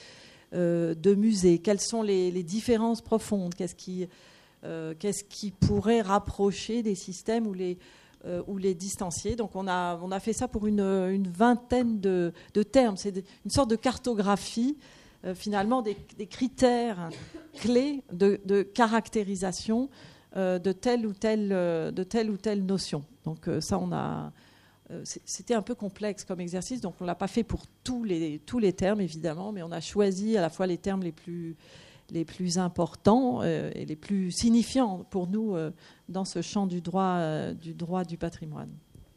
de musée? Quelles sont les différences profondes? Qu'est-ce qui pourrait rapprocher des systèmes ou les distancier? Donc on a fait ça pour une vingtaine de termes. C'est une sorte de cartographie finalement des critères clés de caractérisation de telle ou telle notion. Donc ça, c'était un peu complexe comme exercice, donc on ne l'a pas fait pour tous les termes évidemment, mais on a choisi à la fois les termes les plus importants et les plus signifiants pour nous dans ce champ du droit du patrimoine.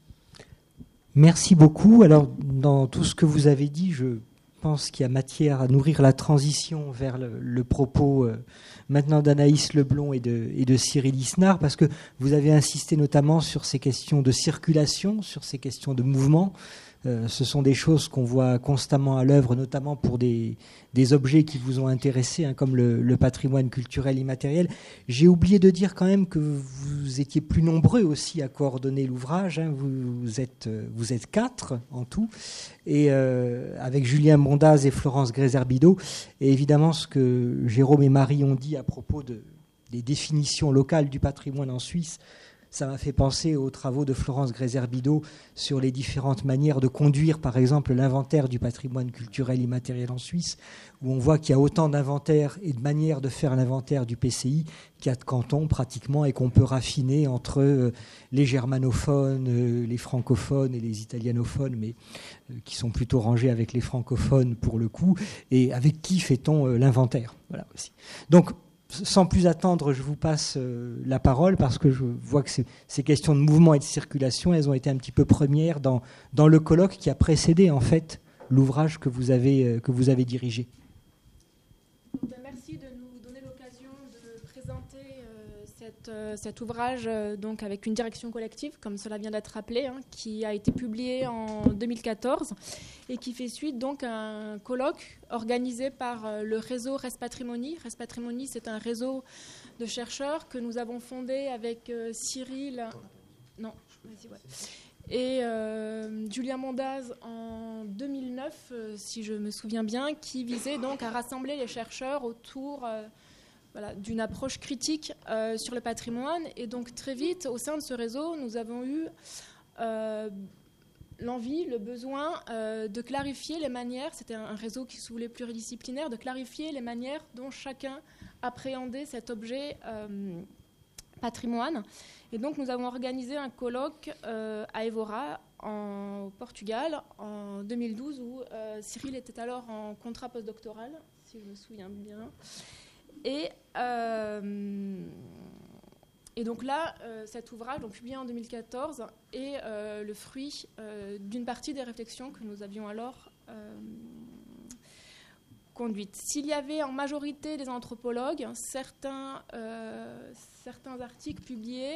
Merci beaucoup. Alors, dans tout ce que vous avez dit, je pense qu'il y a matière à nourrir la transition vers le propos maintenant d'Anaïs Leblond et de Cyril Isnard, parce que vous avez insisté notamment sur ces questions de circulation, sur ces questions de mouvement. Ce sont des choses qu'on voit constamment à l'œuvre, notamment pour des objets qui vous ont intéressé, comme le patrimoine culturel immatériel. J'ai oublié de dire quand même que vous étiez plus nombreux aussi à coordonner l'ouvrage. Vous êtes 4 en tout, et avec Julien Mondaz et Florence Grézerbido. Et évidemment, ce que Jérôme et Marie ont dit à propos des définitions locales du patrimoine en Suisse, ça m'a fait penser aux travaux de Florence Grézerbido sur les différentes manières de conduire, par exemple, l'inventaire du patrimoine culturel immatériel en Suisse, où on voit qu'il y a autant d'inventaires et de manières de faire l'inventaire du PCI qu'il y a de cantons pratiquement, et qu'on peut raffiner entre les germanophones, les francophones et les italianophones, mais qui sont plutôt rangés avec les francophones pour le coup, et avec qui fait-on l'inventaire. Voilà aussi. Donc, sans plus attendre, je vous passe la parole parce que je vois que ces questions de mouvement et de circulation, elles ont été un petit peu premières dans le colloque qui a précédé en fait l'ouvrage que vous avez dirigé. Merci de nous donner l'occasion de présenter cet ouvrage donc avec une direction collective, comme cela vient d'être rappelé, qui a été publié en 2014 et qui fait suite donc à un colloque organisé par le réseau Respatrimony. Respatrimony, c'est un réseau de chercheurs que nous avons fondé avec Cyril... Non, vas-y, ouais. Et Julien Mondaz en 2009, si je me souviens bien, qui visait donc à rassembler les chercheurs autour d'une approche critique sur le patrimoine. Et donc très vite, au sein de ce réseau, nous avons eu l'envie, le besoin de clarifier les manières, c'était un réseau qui se voulait pluridisciplinaire, de clarifier les manières dont chacun appréhendait cet objet patrimoine. Et donc nous avons organisé un colloque à Évora, au Portugal, en 2012, où Cyril était alors en contrat postdoctoral, si je me souviens bien. Et donc là, cet ouvrage, donc publié en 2014, est le fruit d'une partie des réflexions que nous avions alors conduites. S'il y avait en majorité des anthropologues, certains articles publiés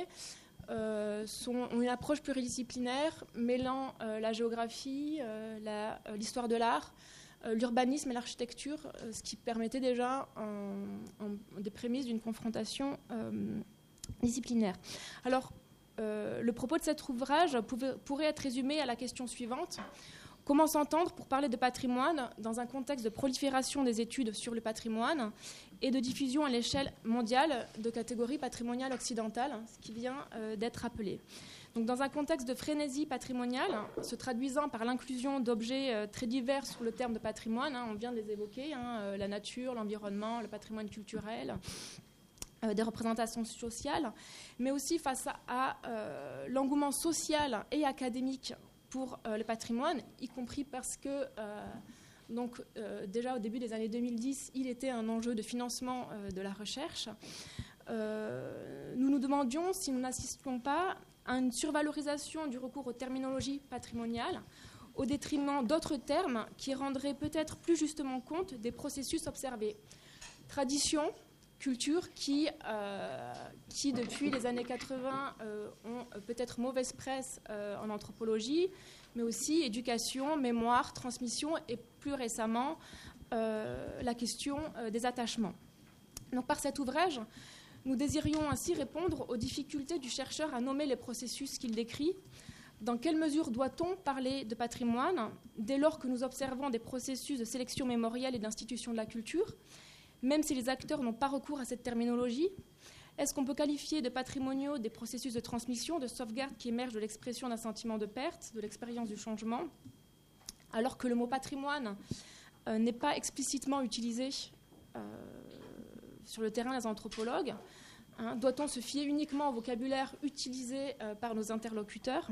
ont une approche pluridisciplinaire mêlant la géographie, l'histoire de l'art, l'urbanisme et l'architecture, ce qui permettait déjà des prémices d'une confrontation disciplinaire. Alors, le propos de cet ouvrage pourrait être résumé à la question suivante. Comment s'entendre pour parler de patrimoine dans un contexte de prolifération des études sur le patrimoine et de diffusion à l'échelle mondiale de catégories patrimoniales occidentales, ce qui vient d'être appelé. Donc, dans un contexte de frénésie patrimoniale, se traduisant par l'inclusion d'objets très divers sous le terme de patrimoine, on vient de les évoquer, la nature, l'environnement, le patrimoine culturel, des représentations sociales, mais aussi face à l'engouement social et académique pour le patrimoine, y compris parce que déjà au début des années 2010, il était un enjeu de financement de la recherche. Nous nous demandions si nous n'assistions pas à une survalorisation du recours aux terminologies patrimoniales au détriment d'autres termes qui rendraient peut-être plus justement compte des processus observés. Tradition, culture qui depuis les années 80 ont peut-être mauvaise presse en anthropologie, mais aussi éducation, mémoire, transmission et plus récemment la question des attachements. Donc par cet ouvrage, nous désirions ainsi répondre aux difficultés du chercheur à nommer les processus qu'il décrit. Dans quelle mesure doit-on parler de patrimoine dès lors que nous observons des processus de sélection mémorielle et d'institution de la culture, même si les acteurs n'ont pas recours à cette terminologie? Est-ce qu'on peut qualifier de patrimoniaux des processus de transmission, de sauvegarde qui émergent de l'expression d'un sentiment de perte, de l'expérience du changement, alors que le mot patrimoine n'est pas explicitement utilisé sur le terrain des anthropologues? Doit-on se fier uniquement au vocabulaire utilisé par nos interlocuteurs?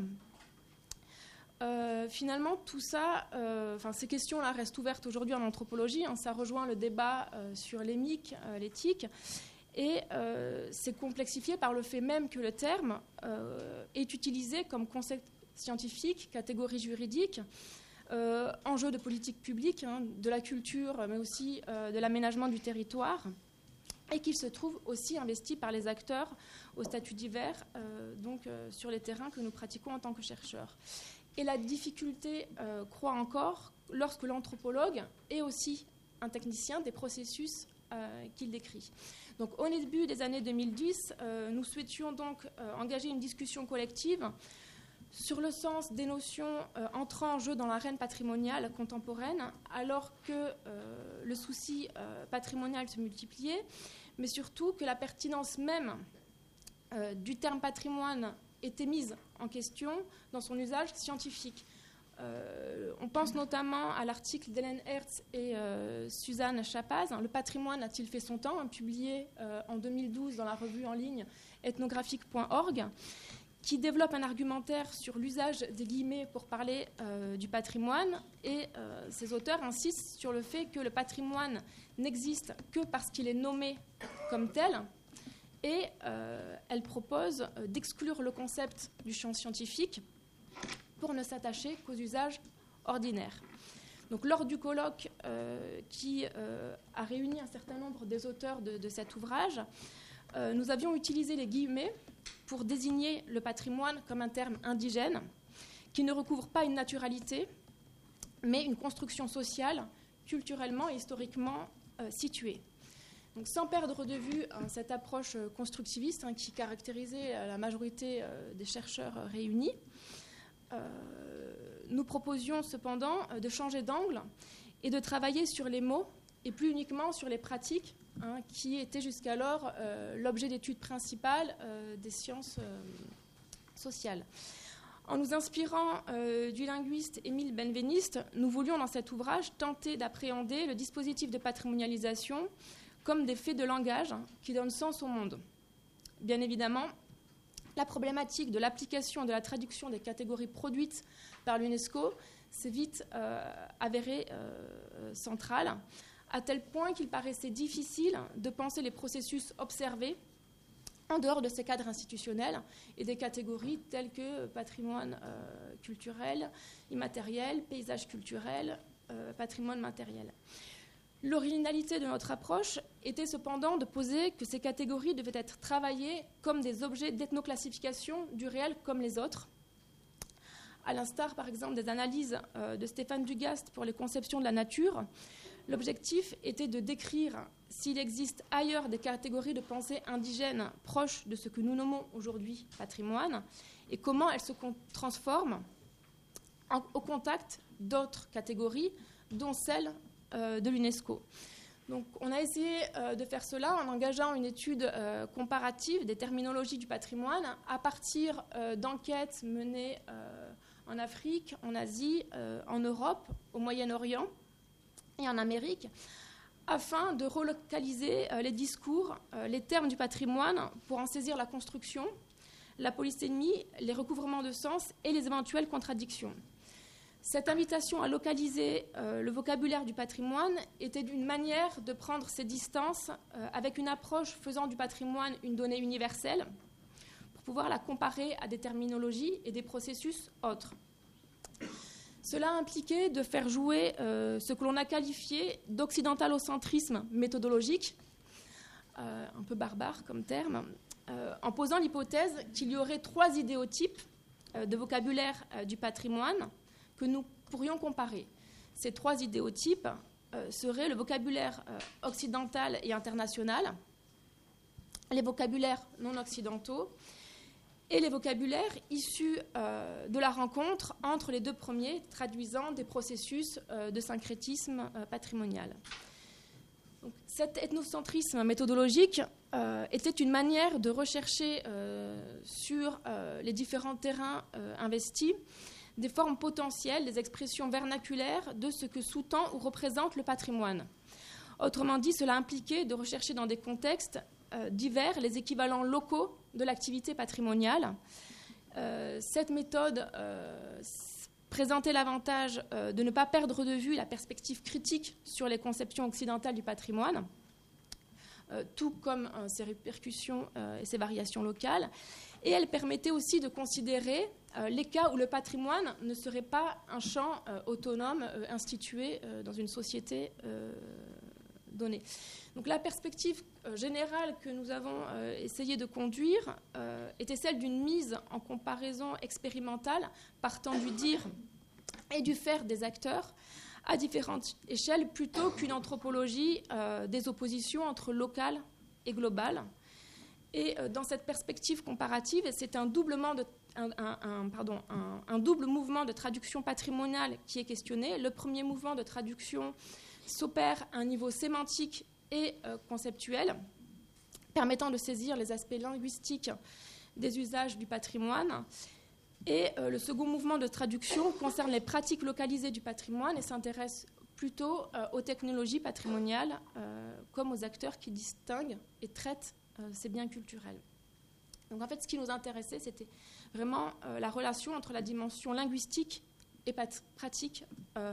Finalement, tout ça, ces questions-là restent ouvertes aujourd'hui en anthropologie. Ça rejoint le débat sur l'émique, l'éthique, et c'est complexifié par le fait même que le terme est utilisé comme concept scientifique, catégorie juridique, enjeu de politique publique, de la culture, mais aussi de l'aménagement du territoire, et qu'il se trouve aussi investi par les acteurs au statut divers, sur les terrains que nous pratiquons en tant que chercheurs. Et la difficulté croît encore lorsque l'anthropologue est aussi un technicien des processus qu'il décrit. Donc, au début des années 2010, nous souhaitions donc engager une discussion collective sur le sens des notions entrant en jeu dans l'arène patrimoniale contemporaine, alors que le souci patrimonial se multipliait, mais surtout que la pertinence même du terme patrimoine était mise en question dans son usage scientifique. On pense notamment à l'article d'Hélène Hertz et Suzanne Chapaz, « Le patrimoine a-t-il fait son temps ?», publié en 2012 dans la revue en ligne ethnographique.org, qui développe un argumentaire sur l'usage des guillemets pour parler du patrimoine. Et ces auteurs insistent sur le fait que le patrimoine n'existe que parce qu'il est nommé comme tel. Et elle propose d'exclure le concept du champ scientifique pour ne s'attacher qu'aux usages ordinaires. Donc, lors du colloque qui a réuni un certain nombre des auteurs de cet ouvrage, nous avions utilisé les guillemets pour désigner le patrimoine comme un terme indigène qui ne recouvre pas une naturalité, mais une construction sociale, culturellement et historiquement située. Donc, sans perdre de vue cette approche constructiviste qui caractérisait la majorité des chercheurs réunis, nous proposions cependant de changer d'angle et de travailler sur les mots et plus uniquement sur les pratiques qui étaient jusqu'alors l'objet d'étude principale des sciences sociales. En nous inspirant du linguiste Émile Benveniste, nous voulions dans cet ouvrage tenter d'appréhender le dispositif de patrimonialisation comme des faits de langage qui donnent sens au monde. Bien évidemment, la problématique de l'application et de la traduction des catégories produites par l'UNESCO s'est vite avérée centrale, à tel point qu'il paraissait difficile de penser les processus observés en dehors de ces cadres institutionnels et des catégories telles que patrimoine culturel, immatériel, paysage culturel, patrimoine matériel. L'originalité de notre approche était cependant de poser que ces catégories devaient être travaillées comme des objets d'ethnoclassification du réel comme les autres, à l'instar par exemple des analyses de Stéphane Dugast pour les conceptions de la nature. L'objectif était de décrire s'il existe ailleurs des catégories de pensée indigènes proches de ce que nous nommons aujourd'hui patrimoine et comment elles se transforment au contact d'autres catégories, dont celle de l'UNESCO. Donc, on a essayé de faire cela en engageant une étude comparative des terminologies du patrimoine à partir d'enquêtes menées en Afrique, en Asie, en Europe, au Moyen-Orient et en Amérique, afin de relocaliser les discours, les termes du patrimoine pour en saisir la construction, la polysémie, les recouvrements de sens et les éventuelles contradictions. Cette invitation à localiser le vocabulaire du patrimoine était une manière de prendre ses distances avec une approche faisant du patrimoine une donnée universelle pour pouvoir la comparer à des terminologies et des processus autres. Cela impliquait de faire jouer ce que l'on a qualifié d'occidentalocentrisme méthodologique, un peu barbare comme terme, en posant l'hypothèse qu'il y aurait 3 idéotypes de vocabulaire du patrimoine que nous pourrions comparer. Ces 3 idéotypes seraient le vocabulaire occidental et international, les vocabulaires non occidentaux et les vocabulaires issus de la rencontre entre les 2 premiers, traduisant des processus de syncrétisme patrimonial. Donc, cet ethnocentrisme méthodologique était une manière de rechercher sur les différents terrains investis des formes potentielles, des expressions vernaculaires de ce que sous-tend ou représente le patrimoine. Autrement dit, cela impliquait de rechercher dans des contextes divers les équivalents locaux de l'activité patrimoniale. Cette méthode présentait l'avantage de ne pas perdre de vue la perspective critique sur les conceptions occidentales du patrimoine, tout comme ses répercussions et ses variations locales. Et elle permettait aussi de considérer les cas où le patrimoine ne serait pas un champ autonome institué dans une société donnée. Donc la perspective générale que nous avons essayé de conduire était celle d'une mise en comparaison expérimentale partant du dire et du faire des acteurs à différentes échelles plutôt qu'une anthropologie des oppositions entre local et global. Et dans cette perspective comparative, c'est un double mouvement de traduction patrimoniale qui est questionné. Le premier mouvement de traduction s'opère à un niveau sémantique et conceptuel, permettant de saisir les aspects linguistiques des usages du patrimoine. Et le second mouvement de traduction concerne les pratiques localisées du patrimoine et s'intéresse plutôt aux technologies patrimoniales comme aux acteurs qui distinguent et traitent ces biens culturels. Donc en fait, ce qui nous intéressait, c'était vraiment la relation entre la dimension linguistique et pratique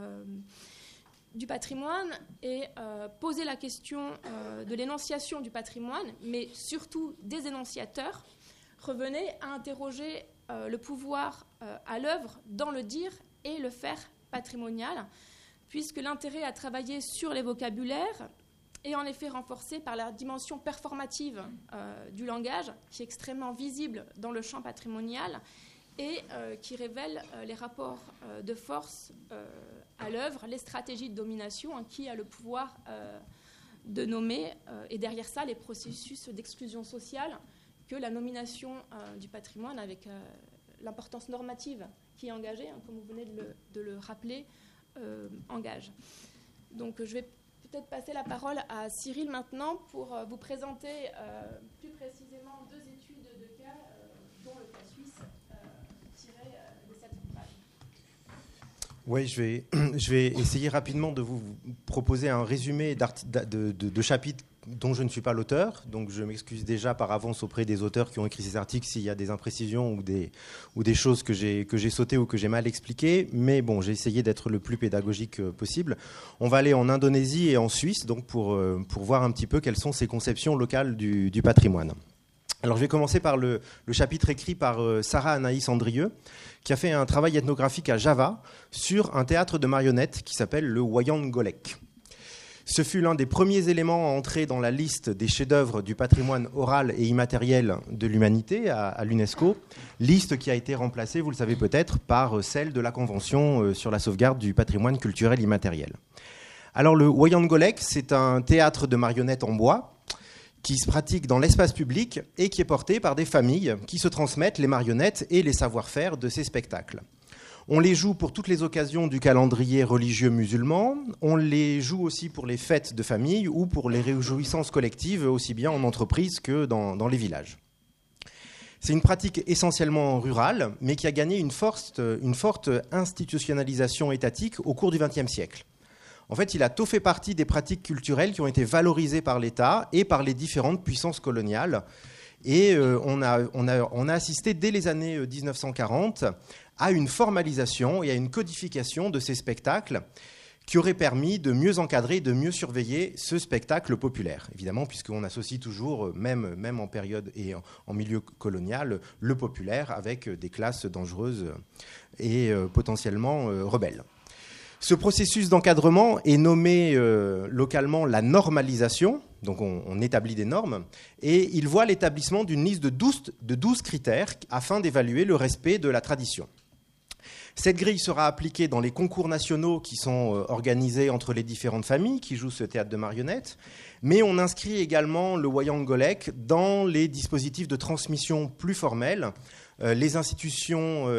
du patrimoine et poser la question de l'énonciation du patrimoine, mais surtout des énonciateurs, revenait à interroger le pouvoir à l'œuvre dans le dire et le faire patrimonial, puisque l'intérêt à travailler sur les vocabulaires est en effet renforcé par la dimension performative du langage, qui est extrêmement visible dans le champ patrimonial et qui révèle les rapports de force à l'œuvre, les stratégies de domination, qui a le pouvoir de nommer, et derrière ça, les processus d'exclusion sociale que la nomination du patrimoine, avec l'importance normative qui est engagée, comme vous venez de le rappeler, engage. Donc je vais peut-être passer la parole à Cyril maintenant pour vous présenter plus précisément 2 études de cas, dont le cas suisse, tiré de cet ouvrage. Oui, je vais essayer rapidement de vous proposer un résumé de chapitres dont je ne suis pas l'auteur, donc je m'excuse déjà par avance auprès des auteurs qui ont écrit ces articles s'il y a des imprécisions ou des choses que j'ai sautées ou que j'ai mal expliquées, mais bon, j'ai essayé d'être le plus pédagogique possible. On va aller en Indonésie et en Suisse donc pour voir un petit peu quelles sont ces conceptions locales du patrimoine. Alors je vais commencer par le chapitre écrit par Sarah Anaïs Andrieux, qui a fait un travail ethnographique à Java sur un théâtre de marionnettes qui s'appelle le Wayang Golek. Ce fut l'un des premiers éléments à entrer dans la liste des chefs-d'œuvre du patrimoine oral et immatériel de l'humanité à l'UNESCO, liste qui a été remplacée, vous le savez peut-être, par celle de la Convention sur la sauvegarde du patrimoine culturel immatériel. Alors le Wayang Golek, c'est un théâtre de marionnettes en bois qui se pratique dans l'espace public et qui est porté par des familles qui se transmettent les marionnettes et les savoir-faire de ces spectacles. On les joue pour toutes les occasions du calendrier religieux musulman, on les joue aussi pour les fêtes de famille ou pour les réjouissances collectives, aussi bien en entreprise que dans les villages. C'est une pratique essentiellement rurale, mais qui a gagné une forte institutionnalisation étatique au cours du XXe siècle. En fait, il a tout fait partie des pratiques culturelles qui ont été valorisées par l'État et par les différentes puissances coloniales. Et on a assisté dès les années 1940 à une formalisation et à une codification de ces spectacles qui aurait permis de mieux encadrer, de mieux surveiller ce spectacle populaire. Évidemment, puisqu'on associe toujours, même en période et en milieu colonial, le populaire avec des classes dangereuses et potentiellement rebelles. Ce processus d'encadrement est nommé localement la normalisation, donc on établit des normes, et il voit l'établissement d'une liste de 12 critères afin d'évaluer le respect de la tradition. Cette grille sera appliquée dans les concours nationaux qui sont organisés entre les différentes familles qui jouent ce théâtre de marionnettes, mais on inscrit également le Wayang Golek dans les dispositifs de transmission plus formels, les instituts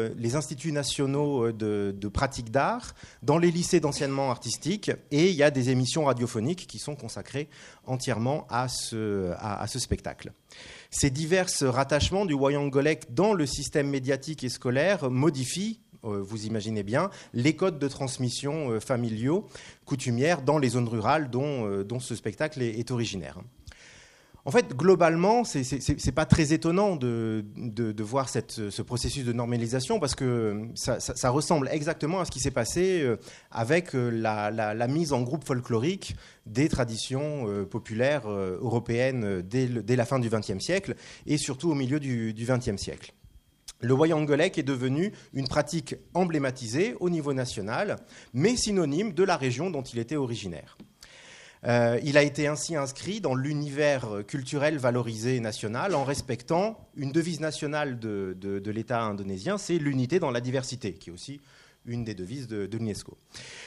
nationaux de pratique d'art, dans les lycées d'enseignement artistique, et il y a des émissions radiophoniques qui sont consacrées entièrement à ce spectacle. Ces divers rattachements du Wayang Golek dans le système médiatique et scolaire modifient, vous imaginez bien, les codes de transmission familiaux, coutumières dans les zones rurales dont ce spectacle est originaire. En fait, globalement, c'est pas très étonnant de voir ce processus de normalisation parce que ça ressemble exactement à ce qui s'est passé avec la mise en groupe folklorique des traditions populaires européennes dès la fin du XXe siècle et surtout au milieu du XXe siècle. Le Wayang Golek est devenu une pratique emblématisée au niveau national, mais synonyme de la région dont il était originaire. Il a été ainsi inscrit dans l'univers culturel valorisé national en respectant une devise nationale de l'État indonésien, c'est l'unité dans la diversité, qui est aussi une des devises de l'UNESCO.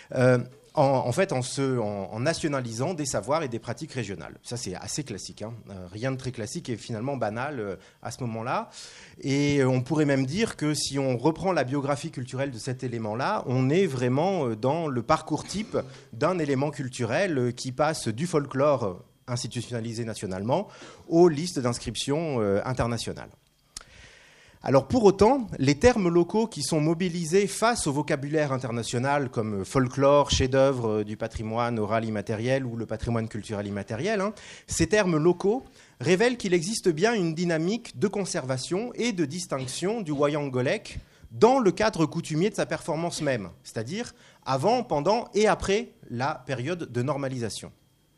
En nationalisant des savoirs et des pratiques régionales. Ça, c'est assez classique. Rien de très classique et finalement banal à ce moment-là. Et on pourrait même dire que si on reprend la biographie culturelle de cet élément-là, on est vraiment dans le parcours type d'un élément culturel qui passe du folklore institutionnalisé nationalement aux listes d'inscription internationales. Alors pour autant, les termes locaux qui sont mobilisés face au vocabulaire international comme folklore, chef-d'œuvre du patrimoine oral immatériel ou le patrimoine culturel immatériel, ces termes locaux révèlent qu'il existe bien une dynamique de conservation et de distinction du wayang golek dans le cadre coutumier de sa performance même, c'est-à-dire avant, pendant et après la période de normalisation.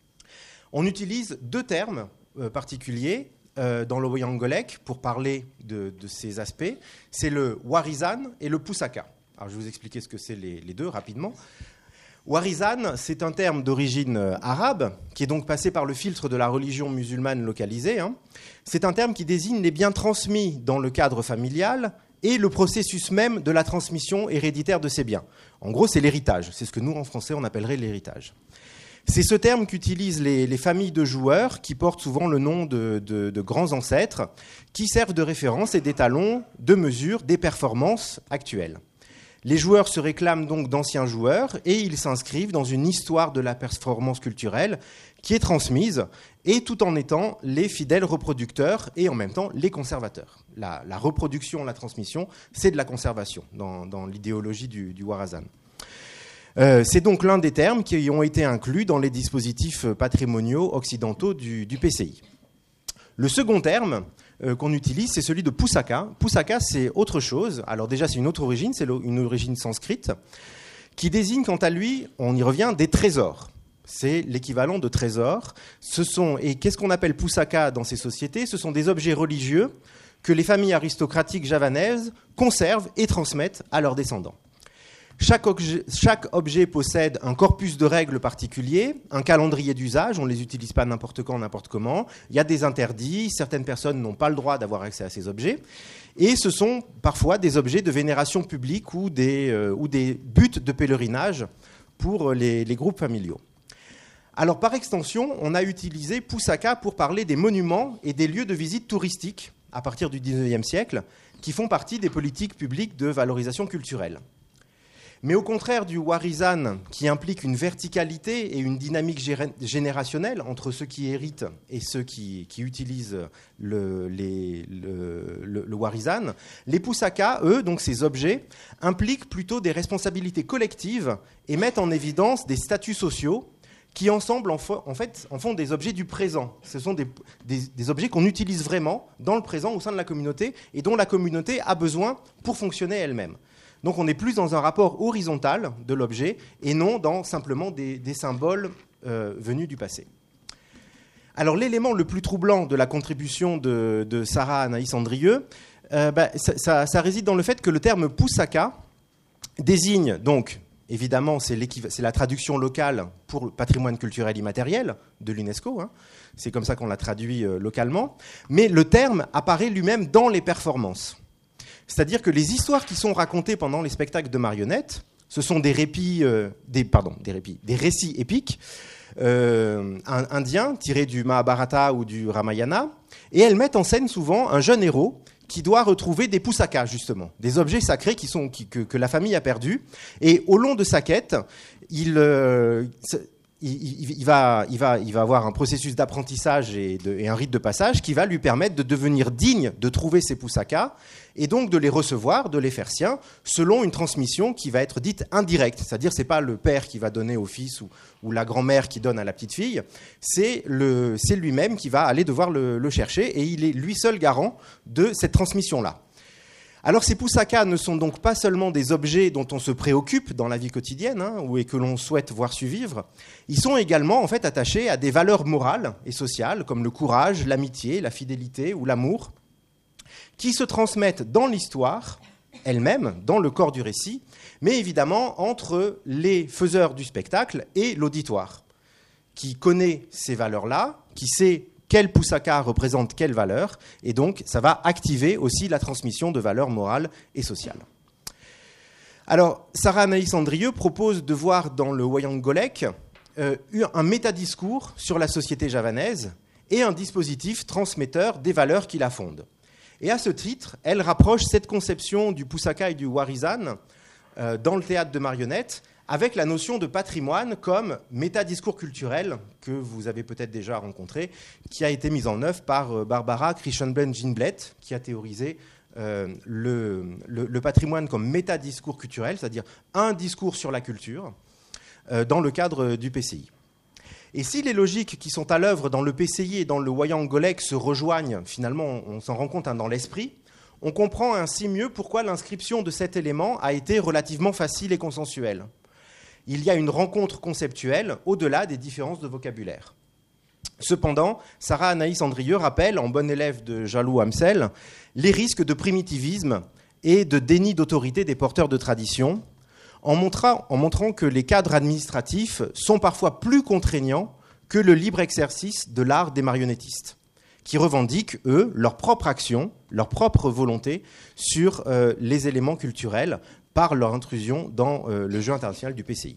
On utilise deux termes particuliers dans le wayang golek pour parler de ces aspects. C'est le warizan et le pusaka. Alors, je vais vous expliquer ce que c'est les deux rapidement. Warizan, c'est un terme d'origine arabe qui est donc passé par le filtre de la religion musulmane localisée. C'est un terme qui désigne les biens transmis dans le cadre familial et le processus même de la transmission héréditaire de ces biens. En gros, c'est l'héritage. C'est ce que nous, en français, on appellerait l'héritage. C'est ce terme qu'utilisent les familles de joueurs qui portent souvent le nom de grands ancêtres, qui servent de référence et d'étalons de mesure des performances actuelles. Les joueurs se réclament donc d'anciens joueurs et ils s'inscrivent dans une histoire de la performance culturelle qui est transmise, et tout en étant les fidèles reproducteurs et en même temps les conservateurs. La reproduction, la transmission, c'est de la conservation dans l'idéologie du warazan. C'est donc l'un des termes qui ont été inclus dans les dispositifs patrimoniaux occidentaux du PCI. Le second terme qu'on utilise, c'est celui de pusaka. Pusaka, c'est autre chose. Alors déjà, c'est une autre origine, c'est une origine sanscrite, qui désigne quant à lui, on y revient, des trésors. C'est l'équivalent de trésors. Et qu'est-ce qu'on appelle pusaka dans ces sociétés ? Ce sont des objets religieux que les familles aristocratiques javanaises conservent et transmettent à leurs descendants. Chaque objet possède un corpus de règles particulier, un calendrier d'usage, on ne les utilise pas n'importe quand, n'importe comment. Il y a des interdits, certaines personnes n'ont pas le droit d'avoir accès à ces objets. Et ce sont parfois des objets de vénération publique ou des buts de pèlerinage pour les groupes familiaux. Alors par extension, on a utilisé pusaka pour parler des monuments et des lieux de visite touristique à partir du XIXe siècle qui font partie des politiques publiques de valorisation culturelle. Mais au contraire du warizan, qui implique une verticalité et une dynamique générationnelle entre ceux qui héritent et ceux qui utilisent le warizan, les pusaka, eux, donc ces objets, impliquent plutôt des responsabilités collectives et mettent en évidence des statuts sociaux qui ensemble en font des objets du présent. Ce sont des objets qu'on utilise vraiment dans le présent au sein de la communauté et dont la communauté a besoin pour fonctionner elle-même. Donc on est plus dans un rapport horizontal de l'objet et non dans simplement des symboles venus du passé. Alors l'élément le plus troublant de la contribution de Sarah Anaïs Andrieux, ça réside dans le fait que le terme pusaka désigne donc, évidemment, c'est la traduction locale pour le patrimoine culturel immatériel de l'UNESCO, c'est comme ça qu'on l'a traduit localement, mais le terme apparaît lui-même dans les performances. C'est-à-dire que les histoires qui sont racontées pendant les spectacles de marionnettes, ce sont des récits épiques indiens tirés du Mahabharata ou du Ramayana, et elles mettent en scène souvent un jeune héros qui doit retrouver des pusakas, justement, des objets sacrés que la famille a perdus. Et au long de sa quête, il va avoir un processus d'apprentissage et un rite de passage qui va lui permettre de devenir digne de trouver ces pusakas et donc de les recevoir, de les faire siens, selon une transmission qui va être dite indirecte. C'est-à-dire, ce n'est pas le père qui va donner au fils ou la grand-mère qui donne à la petite fille, c'est lui-même qui va aller devoir le chercher et il est lui seul garant de cette transmission-là. Alors ces pusakas ne sont donc pas seulement des objets dont on se préoccupe dans la vie quotidienne et que l'on souhaite voir survivre, ils sont également en fait attachés à des valeurs morales et sociales comme le courage, l'amitié, la fidélité ou l'amour, qui se transmettent dans l'histoire elle-même, dans le corps du récit, mais évidemment entre les faiseurs du spectacle et l'auditoire, qui connaît ces valeurs-là, qui sait quel pusaka représente quelle valeur, et donc ça va activer aussi la transmission de valeurs morales et sociales. Alors, Sarah Anaïs Andrieux propose de voir dans le wayang golek un métadiscours sur la société javanaise et un dispositif transmetteur des valeurs qui la fondent. Et à ce titre, elle rapproche cette conception du pusaka et du warizan dans le théâtre de marionnettes avec la notion de patrimoine comme métadiscours culturel que vous avez peut-être déjà rencontré, qui a été mise en œuvre par Barbara Krishnenbleth-Ginblett, qui a théorisé le patrimoine comme métadiscours culturel, c'est-à-dire un discours sur la culture, dans le cadre du PCI. Et si les logiques qui sont à l'œuvre dans le PCI et dans le Wayang Golek se rejoignent, finalement, on s'en rend compte dans l'esprit, on comprend ainsi mieux pourquoi l'inscription de cet élément a été relativement facile et consensuelle. Il y a une rencontre conceptuelle au-delà des différences de vocabulaire. Cependant, Sarah Anaïs Andrieux rappelle, en bonne élève de Jalou Hamsel, les risques de primitivisme et de déni d'autorité des porteurs de tradition, en montrant que les cadres administratifs sont parfois plus contraignants que le libre exercice de l'art des marionnettistes, qui revendiquent, eux, leur propre action, leur propre volonté sur les éléments culturels par leur intrusion dans le jeu international du PCI.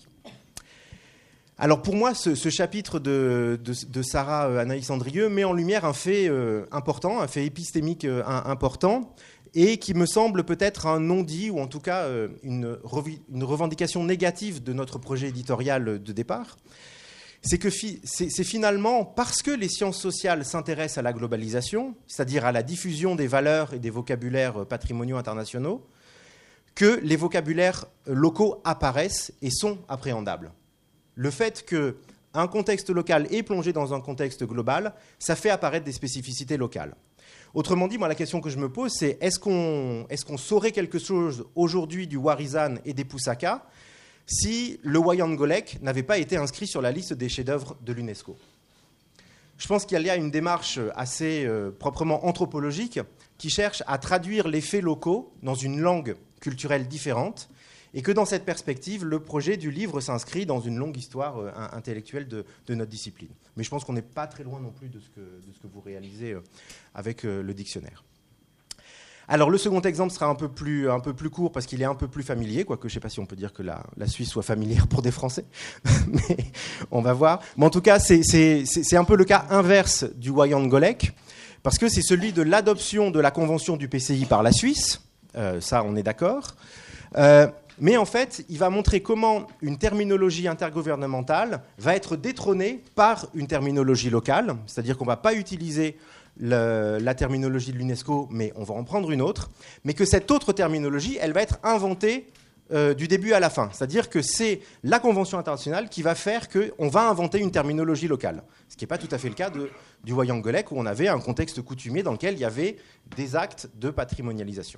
Alors pour moi, ce chapitre de Sarah Anaïs Andrieux met en lumière un fait important, un fait épistémique important, et qui me semble peut-être un non-dit, ou en tout cas une revendication négative de notre projet éditorial de départ. C'est que c'est finalement parce que les sciences sociales s'intéressent à la globalisation, c'est-à-dire à la diffusion des valeurs et des vocabulaires patrimoniaux internationaux, que les vocabulaires locaux apparaissent et sont appréhendables. Le fait qu'un contexte local est plongé dans un contexte global, ça fait apparaître des spécificités locales. Autrement dit, moi, la question que je me pose, c'est est-ce qu'on saurait quelque chose aujourd'hui du Warizan et des Poussaka si le Wayang Golek n'avait pas été inscrit sur la liste des chefs-d'œuvre de l'UNESCO ? Je pense qu'il y a une démarche assez proprement anthropologique qui cherche à traduire les faits locaux dans une langue culturelle différente, et que dans cette perspective, le projet du livre s'inscrit dans une longue histoire intellectuelle de notre discipline. Mais je pense qu'on n'est pas très loin non plus de ce que vous réalisez avec le dictionnaire. Alors le second exemple sera un peu plus court parce qu'il est un peu plus familier, quoique je ne sais pas si on peut dire que la Suisse soit familière pour des Français, mais on va voir. Mais en tout cas, c'est un peu le cas inverse du Wayang Golek, parce que c'est celui de l'adoption de la convention du PCI par la Suisse, ça on est d'accord. Mais en fait, il va montrer comment une terminologie intergouvernementale va être détrônée par une terminologie locale, c'est-à-dire qu'on ne va pas utiliser la terminologie de l'UNESCO, mais on va en prendre une autre, mais que cette autre terminologie, elle va être inventée du début à la fin. C'est-à-dire que c'est la Convention internationale qui va faire qu'on va inventer une terminologie locale, ce qui n'est pas tout à fait le cas du Wayang Golek, où on avait un contexte coutumier dans lequel il y avait des actes de patrimonialisation.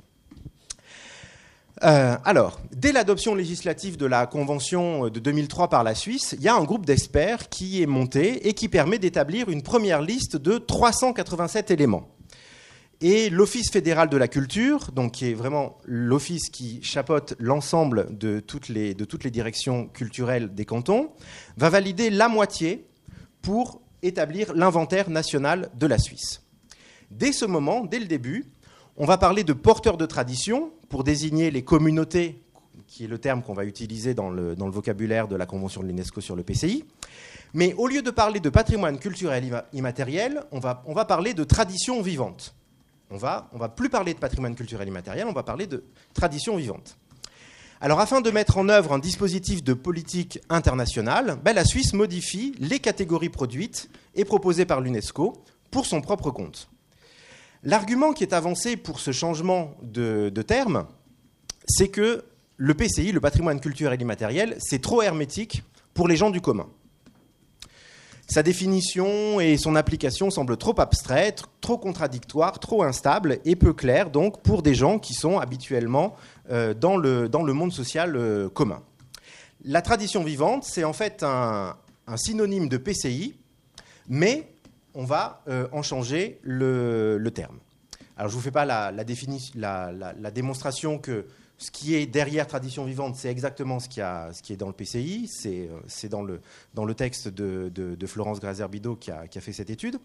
Alors, dès l'adoption législative de la Convention de 2003 par la Suisse, il y a un groupe d'experts qui est monté et qui permet d'établir une première liste de 387 éléments. Et l'Office fédéral de la culture, donc qui est vraiment l'office qui chapeaute l'ensemble de toutes les directions culturelles des cantons, va valider la moitié pour établir l'inventaire national de la Suisse. Dès ce moment, dès le début, on va parler de porteurs de tradition pour désigner les communautés, qui est le terme qu'on va utiliser dans le vocabulaire de la Convention de l'UNESCO sur le PCI. Mais au lieu de parler de patrimoine culturel immatériel, on va parler de tradition vivante. On va plus parler de patrimoine culturel immatériel, on va parler de tradition vivante. Alors, afin de mettre en œuvre un dispositif de politique internationale, la Suisse modifie les catégories produites et proposées par l'UNESCO pour son propre compte. L'argument qui est avancé pour ce changement de terme, c'est que le PCI, le patrimoine culturel immatériel, c'est trop hermétique pour les gens du commun. Sa définition et son application semblent trop abstraites, trop contradictoires, trop instables et peu claires donc pour des gens qui sont habituellement dans le monde social commun. La tradition vivante, c'est en fait un synonyme de PCI, mais on va en changer le terme. Alors je ne vous fais pas la démonstration que ce qui est derrière tradition vivante, c'est exactement ce qui est dans le PCI, c'est dans le texte de Florence Graser-Bidot qui a fait cette étude.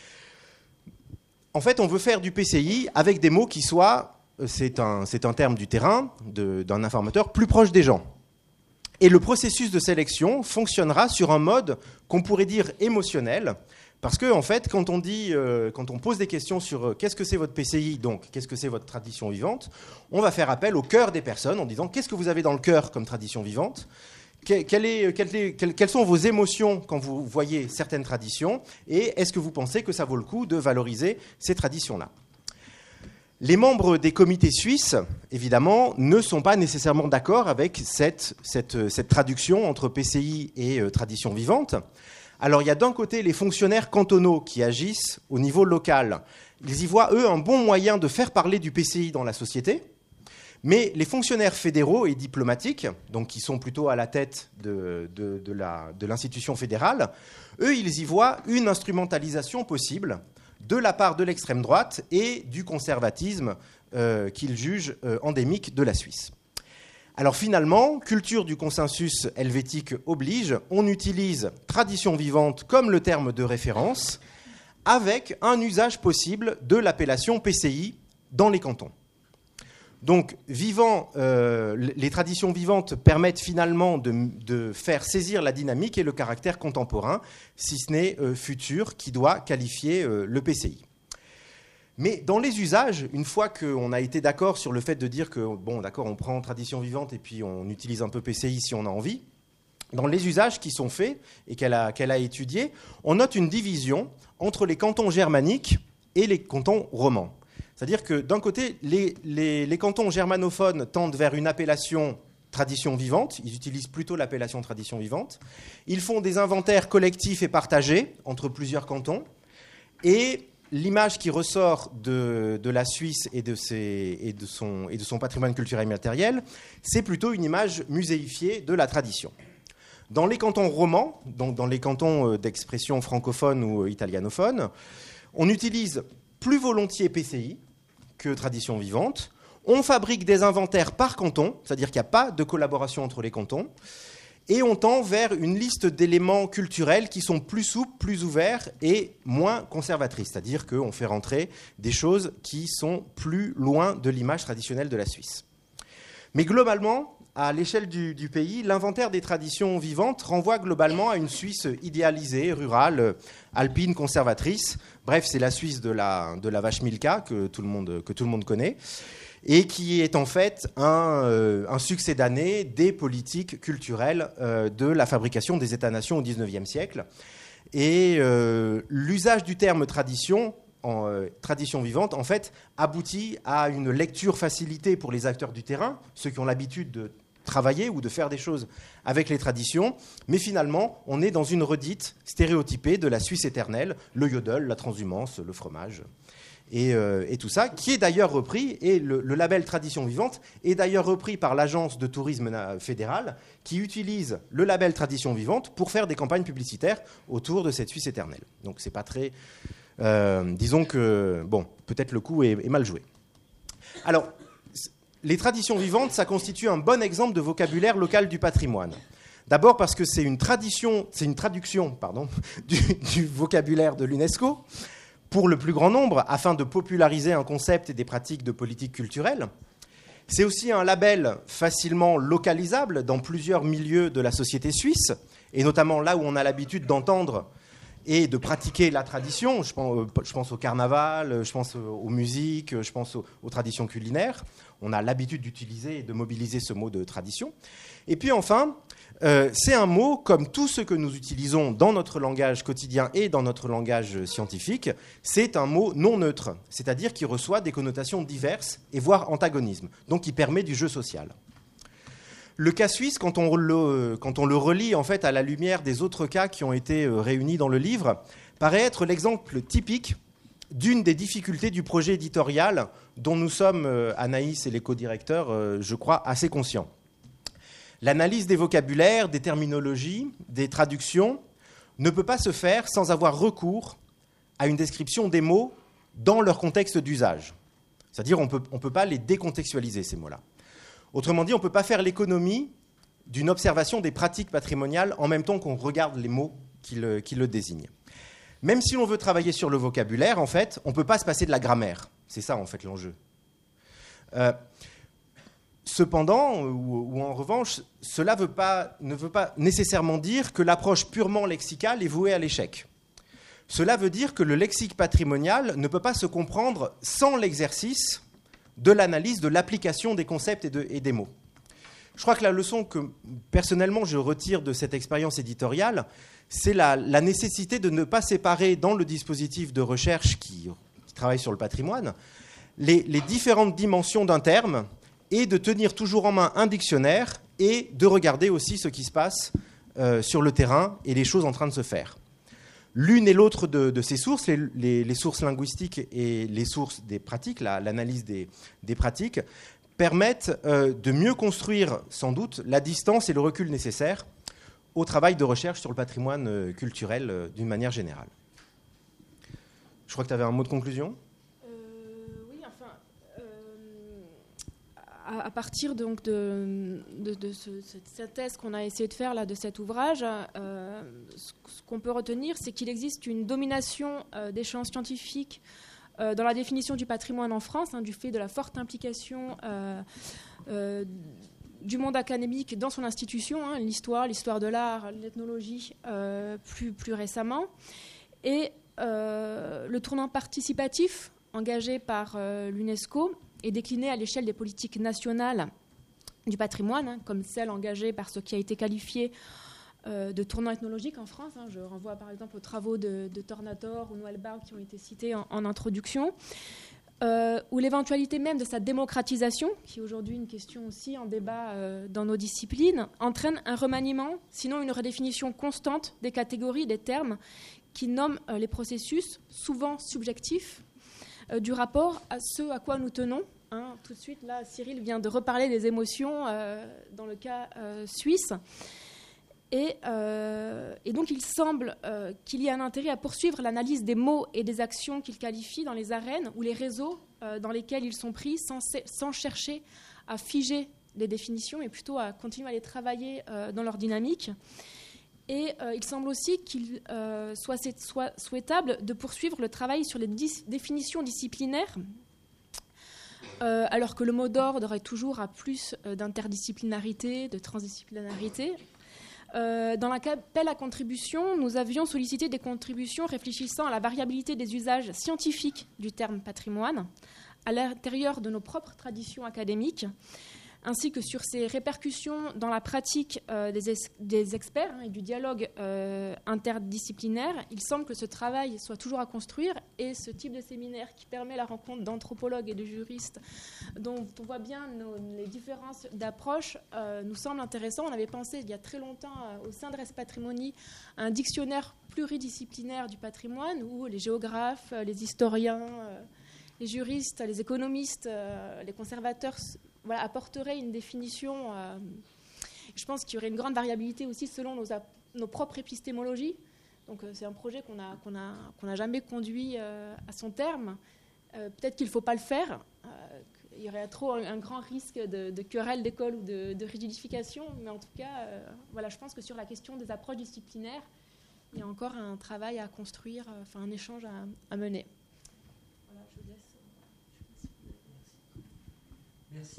En fait, on veut faire du PCI avec des mots qui soient, c'est un terme du terrain, d'un informateur, plus proche des gens. Et le processus de sélection fonctionnera sur un mode qu'on pourrait dire émotionnel, parce que en fait, quand on pose des questions sur qu'est-ce que c'est votre PCI, donc qu'est-ce que c'est votre tradition vivante, on va faire appel au cœur des personnes en disant qu'est-ce que vous avez dans le cœur comme tradition vivante, quelles sont vos émotions quand vous voyez certaines traditions, et est-ce que vous pensez que ça vaut le coup de valoriser ces traditions-là. Les membres des comités suisses, évidemment, ne sont pas nécessairement d'accord avec cette traduction entre PCI et tradition vivante. Alors, il y a d'un côté les fonctionnaires cantonaux qui agissent au niveau local. Ils y voient, eux, un bon moyen de faire parler du PCI dans la société. Mais les fonctionnaires fédéraux et diplomatiques, donc qui sont plutôt à la tête de l'institution fédérale, eux, ils y voient une instrumentalisation possible de la part de l'extrême droite et du conservatisme qu'ils jugent endémique de la Suisse. Alors finalement, culture du consensus helvétique oblige, on utilise tradition vivante comme le terme de référence, avec un usage possible de l'appellation PCI dans les cantons. Donc, les traditions vivantes permettent finalement de faire saisir la dynamique et le caractère contemporain, si ce n'est futur, qui doit qualifier le PCI. Mais dans les usages, une fois qu'on a été d'accord sur le fait de dire que, bon, d'accord, on prend tradition vivante et puis on utilise un peu PCI si on a envie, dans les usages qui sont faits et qu'elle a étudiés, on note une division entre les cantons germaniques et les cantons romans. C'est-à-dire que d'un côté, les cantons germanophones tendent vers une appellation tradition vivante. Ils utilisent plutôt l'appellation tradition vivante. Ils font des inventaires collectifs et partagés entre plusieurs cantons. Et l'image qui ressort de la Suisse et de son patrimoine culturel immatériel, c'est plutôt une image muséifiée de la tradition. Dans les cantons romans, donc dans les cantons d'expression francophone ou italianophone, on utilise plus volontiers PCI que tradition vivante. On fabrique des inventaires par canton, c'est-à-dire qu'il n'y a pas de collaboration entre les cantons, et on tend vers une liste d'éléments culturels qui sont plus souples, plus ouverts et moins conservatrices, c'est-à-dire qu'on fait rentrer des choses qui sont plus loin de l'image traditionnelle de la Suisse. Mais globalement, à l'échelle du pays, l'inventaire des traditions vivantes renvoie globalement à une Suisse idéalisée, rurale, alpine, conservatrice. Bref, c'est la Suisse de la vache Milka que tout le monde connaît et qui est en fait un succédané des politiques culturelles de la fabrication des États-nations au XIXe siècle. Et l'usage du terme tradition, tradition vivante, en fait, aboutit à une lecture facilitée pour les acteurs du terrain, ceux qui ont l'habitude de travailler ou de faire des choses avec les traditions, mais finalement, on est dans une redite stéréotypée de la Suisse éternelle, le yodel, la transhumance, le fromage, et tout ça, qui est d'ailleurs repris, et le label Tradition Vivante est d'ailleurs repris par l'Agence de tourisme fédérale, qui utilise le label Tradition Vivante pour faire des campagnes publicitaires autour de cette Suisse éternelle. Donc c'est pas très... disons que, bon, peut-être le coup est mal joué. Alors, les traditions vivantes, ça constitue un bon exemple de vocabulaire local du patrimoine. D'abord parce que c'est une traduction du vocabulaire de l'UNESCO pour le plus grand nombre, afin de populariser un concept et des pratiques de politique culturelle. C'est aussi un label facilement localisable dans plusieurs milieux de la société suisse, et notamment là où on a l'habitude d'entendre et de pratiquer la tradition. Je pense au carnaval, je pense aux musiques, je pense aux traditions culinaires. On a l'habitude d'utiliser et de mobiliser ce mot de tradition. Et puis enfin, c'est un mot, comme tout ce que nous utilisons dans notre langage quotidien et dans notre langage scientifique, c'est un mot non neutre, c'est-à-dire qui reçoit des connotations diverses et voire antagonisme, donc qui permet du jeu social. Le cas suisse, quand on le relit en fait à la lumière des autres cas qui ont été réunis dans le livre, paraît être l'exemple typique d'une des difficultés du projet éditorial dont nous sommes, Anaïs et les co-directeurs, je crois, assez conscients. L'analyse des vocabulaires, des terminologies, des traductions ne peut pas se faire sans avoir recours à une description des mots dans leur contexte d'usage. C'est-à-dire on peut pas les décontextualiser, ces mots-là. Autrement dit, on ne peut pas faire l'économie d'une observation des pratiques patrimoniales en même temps qu'on regarde les mots qui le désignent. Même si on veut travailler sur le vocabulaire, en fait, on ne peut pas se passer de la grammaire. C'est ça, en fait, l'enjeu. Cependant, ou en revanche, cela ne veut pas nécessairement dire que l'approche purement lexicale est vouée à l'échec. Cela veut dire que le lexique patrimonial ne peut pas se comprendre sans l'exercice de l'analyse, de l'application des concepts et des mots. Je crois que la leçon que, personnellement, je retire de cette expérience éditoriale, c'est la nécessité de ne pas séparer dans le dispositif de recherche qui travaille sur le patrimoine les différentes dimensions d'un terme et de tenir toujours en main un dictionnaire et de regarder aussi ce qui se passe sur le terrain et les choses en train de se faire. L'une et l'autre de ces sources, les sources linguistiques et les sources des pratiques, l'analyse des pratiques, permettent de mieux construire sans doute la distance et le recul nécessaires au travail de recherche sur le patrimoine culturel d'une manière générale. Je crois que tu avais un mot de conclusion ? Oui, enfin, à partir donc de cette synthèse qu'on a essayé de faire là, de cet ouvrage, ce qu'on peut retenir, c'est qu'il existe une domination des champs scientifiques dans la définition du patrimoine en France, du fait de la forte implication du monde académique dans son institution, l'histoire de l'art, l'ethnologie plus récemment, et le tournant participatif engagé par l'UNESCO est décliné à l'échelle des politiques nationales du patrimoine, comme celle engagée par ce qui a été qualifié de tournant ethnologique en France. Je renvoie par exemple aux travaux de Tornator ou Noël Barbe qui ont été cités en introduction, ou l'éventualité même de sa démocratisation, qui est aujourd'hui une question aussi en débat dans nos disciplines, entraîne un remaniement, sinon une redéfinition constante des catégories, des termes qui nomment les processus, souvent subjectifs, du rapport à ce à quoi nous tenons. Tout de suite, là, Cyril vient de reparler des émotions dans le cas suisse. Et donc, il semble qu'il y a un intérêt à poursuivre l'analyse des mots et des actions qu'il qualifie dans les arènes ou les réseaux dans lesquels ils sont pris, sans chercher à figer les définitions, mais plutôt à continuer à les travailler dans leur dynamique. Et il semble aussi qu'il soit souhaitable de poursuivre le travail sur les définitions disciplinaires, alors que le mot d'ordre aurait toujours à plus d'interdisciplinarité, de transdisciplinarité. Dans l'appel à contribution, nous avions sollicité des contributions réfléchissant à la variabilité des usages scientifiques du terme patrimoine à l'intérieur de nos propres traditions académiques, ainsi que sur ses répercussions dans la pratique des experts et du dialogue interdisciplinaire. Il semble que ce travail soit toujours à construire, et ce type de séminaire qui permet la rencontre d'anthropologues et de juristes, dont on voit bien les différences d'approche, nous semble intéressant. On avait pensé il y a très longtemps au sein de Res Patrimonie à un dictionnaire pluridisciplinaire du patrimoine où les géographes, les historiens, les juristes, les économistes, les conservateurs apporterait une définition. Je pense qu'il y aurait une grande variabilité aussi selon nos propres épistémologies. Donc c'est un projet qu'on n'a jamais conduit à son terme. Peut-être qu'il ne faut pas le faire. Il y aurait trop un grand risque de querelle d'école ou de rigidification. Mais en tout cas, je pense que sur la question des approches disciplinaires, il y a encore un travail à construire, un échange à mener. Voilà, je vous laisse. Merci.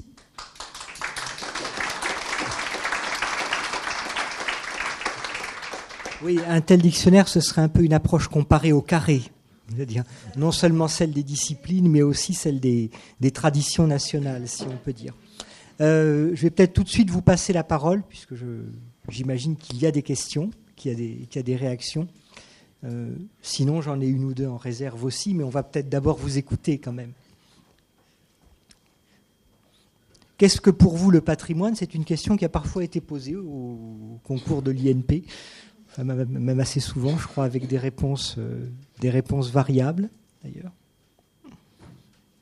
Oui, un tel dictionnaire, ce serait un peu une approche comparée au carré. C'est-à-dire non seulement celle des disciplines, mais aussi celle des traditions nationales, si on peut dire. Je vais peut-être tout de suite vous passer la parole, puisque j'imagine qu'il y a des questions, qu'il y a des réactions. Sinon, j'en ai une ou deux en réserve aussi, mais on va peut-être d'abord vous écouter quand même. Qu'est-ce que pour vous le patrimoine ? C'est une question qui a parfois été posée au concours de l'INP, même assez souvent, je crois, avec des réponses variables, d'ailleurs. Oui ?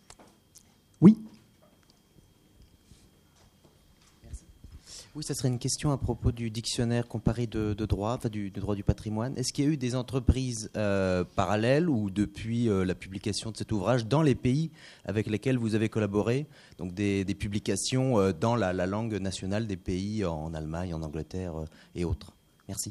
Oui, ça serait une question à propos du dictionnaire comparé de droit, du droit du patrimoine. Est-ce qu'il y a eu des entreprises parallèles ou depuis la publication de cet ouvrage dans les pays avec lesquels vous avez collaboré, donc des publications dans la langue nationale des pays en Allemagne, en Angleterre et autres? Merci.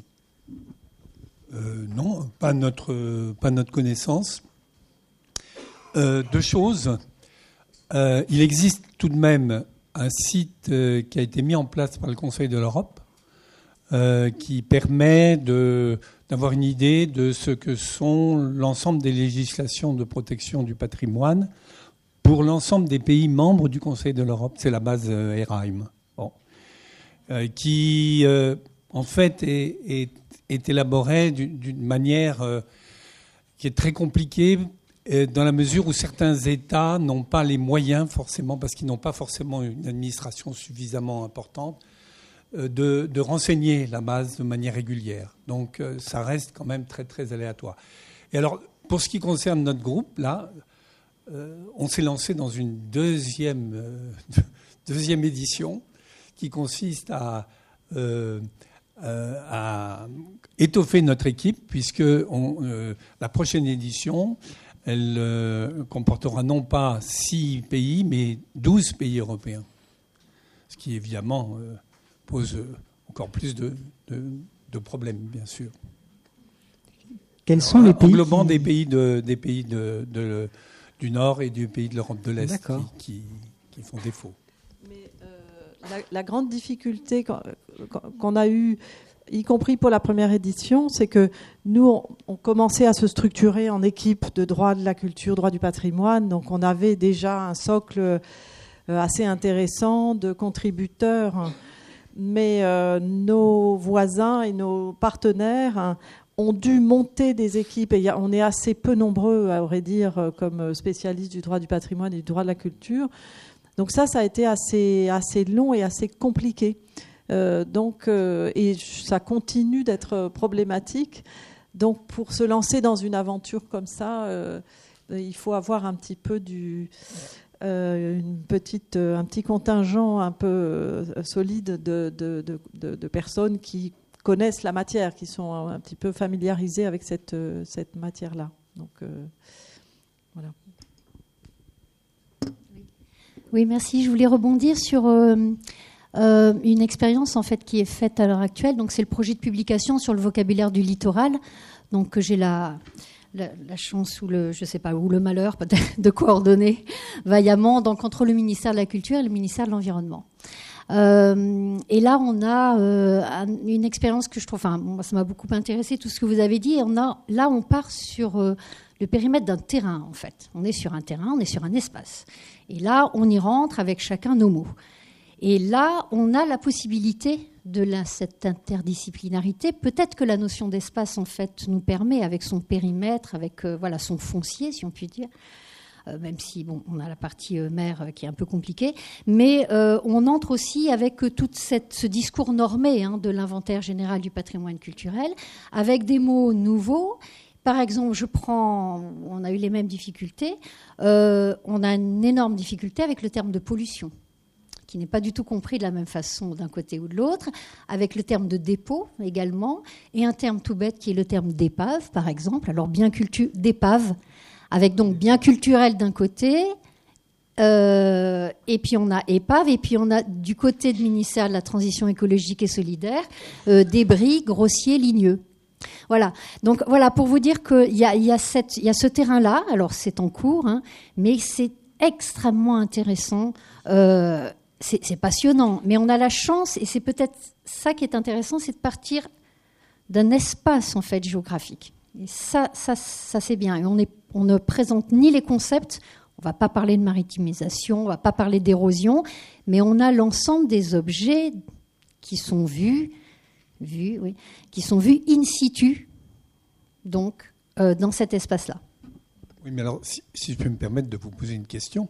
Non, pas notre connaissance. Deux choses. Il existe tout de même un site qui a été mis en place par le Conseil de l'Europe qui permet d'avoir une idée de ce que sont l'ensemble des législations de protection du patrimoine pour l'ensemble des pays membres du Conseil de l'Europe. C'est la base ERAIM. Bon. Qui, en fait, est élaborée d'une manière qui est très compliquée dans la mesure où certains États n'ont pas les moyens forcément, parce qu'ils n'ont pas forcément une administration suffisamment importante, de renseigner la base de manière régulière. Donc ça reste quand même très très aléatoire. Et alors, pour ce qui concerne notre groupe, là, on s'est lancé dans une deuxième édition qui consiste à étoffer notre équipe, puisque la prochaine édition, elle comportera non pas 6 pays, mais 12 pays européens. Ce qui, évidemment, pose encore plus de problèmes, bien sûr. Quels sont les pays englobant des pays du Nord et des pays de l'Europe de l'Est qui font défaut. Mais la grande difficulté qu'on a eue, y compris pour la première édition, c'est que nous, on commençait à se structurer en équipe de droit de la culture, droit du patrimoine. Donc on avait déjà un socle assez intéressant de contributeurs. Mais nos voisins et nos partenaires ont dû monter des équipes. Et on est assez peu nombreux, à vrai dire, comme spécialistes du droit du patrimoine et du droit de la culture. Donc ça a été assez long et assez compliqué. Et ça continue d'être problématique. Donc pour se lancer dans une aventure comme ça, il faut avoir un petit peu un petit contingent un peu solide de personnes qui connaissent la matière, qui sont un petit peu familiarisées avec cette matière-là. Donc voilà. Oui, merci. Je voulais rebondir sur une expérience en fait qui est faite à l'heure actuelle. Donc c'est le projet de publication sur le vocabulaire du littoral. Donc j'ai la chance ou le malheur peut-être de coordonner vaillamment donc entre le ministère de la Culture et le ministère de l'Environnement. Et là, on a une expérience que je trouve, moi, ça m'a beaucoup intéressé tout ce que vous avez dit. Et on part sur le périmètre d'un terrain en fait. On est sur un terrain, on est sur un espace. Et là, on y rentre avec chacun nos mots. Et là, on a la possibilité de cette interdisciplinarité. Peut-être que la notion d'espace, en fait, nous permet, avec son périmètre, avec son foncier, si on peut dire, même si on a la partie mer qui est un peu compliquée, mais on entre aussi avec tout ce discours normé de l'inventaire général du patrimoine culturel, avec des mots nouveaux. Par exemple, on a eu les mêmes difficultés, on a une énorme difficulté avec le terme de pollution, qui n'est pas du tout compris de la même façon d'un côté ou de l'autre, avec le terme de dépôt également, et un terme tout bête qui est le terme d'épave, par exemple. Alors, d'épave, avec donc bien culturel d'un côté, et puis on a épave, et puis on a du côté du ministère de la Transition écologique et solidaire, débris grossiers, ligneux. Voilà. Donc voilà, pour vous dire qu'il y a ce terrain-là, alors c'est en cours, mais c'est extrêmement intéressant. C'est passionnant, mais on a la chance, et c'est peut-être ça qui est intéressant, c'est de partir d'un espace en fait géographique. Et ça c'est bien. Et on ne présente ni les concepts, on ne va pas parler de maritimisation, on ne va pas parler d'érosion, mais on a l'ensemble des objets qui sont vus in situ, donc dans cet espace-là. Oui, mais alors, si je peux me permettre de vous poser une question.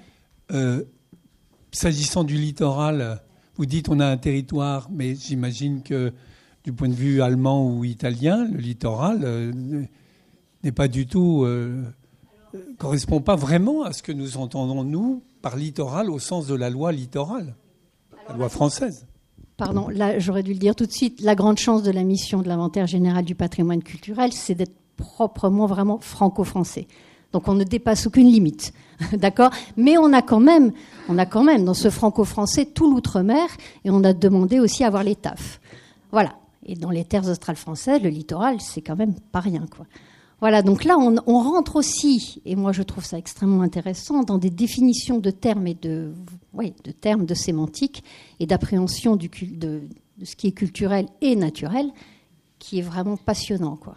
S'agissant du littoral, vous dites on a un territoire, mais j'imagine que du point de vue allemand ou italien, le littoral n'est pas du tout, correspond pas vraiment à ce que nous entendons nous par littoral au sens de la loi littorale, la loi française. Pardon, là j'aurais dû le dire tout de suite. La grande chance de la mission de l'inventaire général du patrimoine culturel, c'est d'être proprement vraiment franco-français. Donc on ne dépasse aucune limite, d'accord ? Mais on a quand même dans ce franco-français tout l'outre-mer, et on a demandé aussi à avoir les TAF. Voilà. Et dans les terres australes françaises, le littoral, c'est quand même pas rien, quoi. Voilà, donc là, on rentre aussi, et moi je trouve ça extrêmement intéressant, dans des définitions de termes et de termes, de sémantique et d'appréhension de ce qui est culturel et naturel, qui est vraiment passionnant, quoi.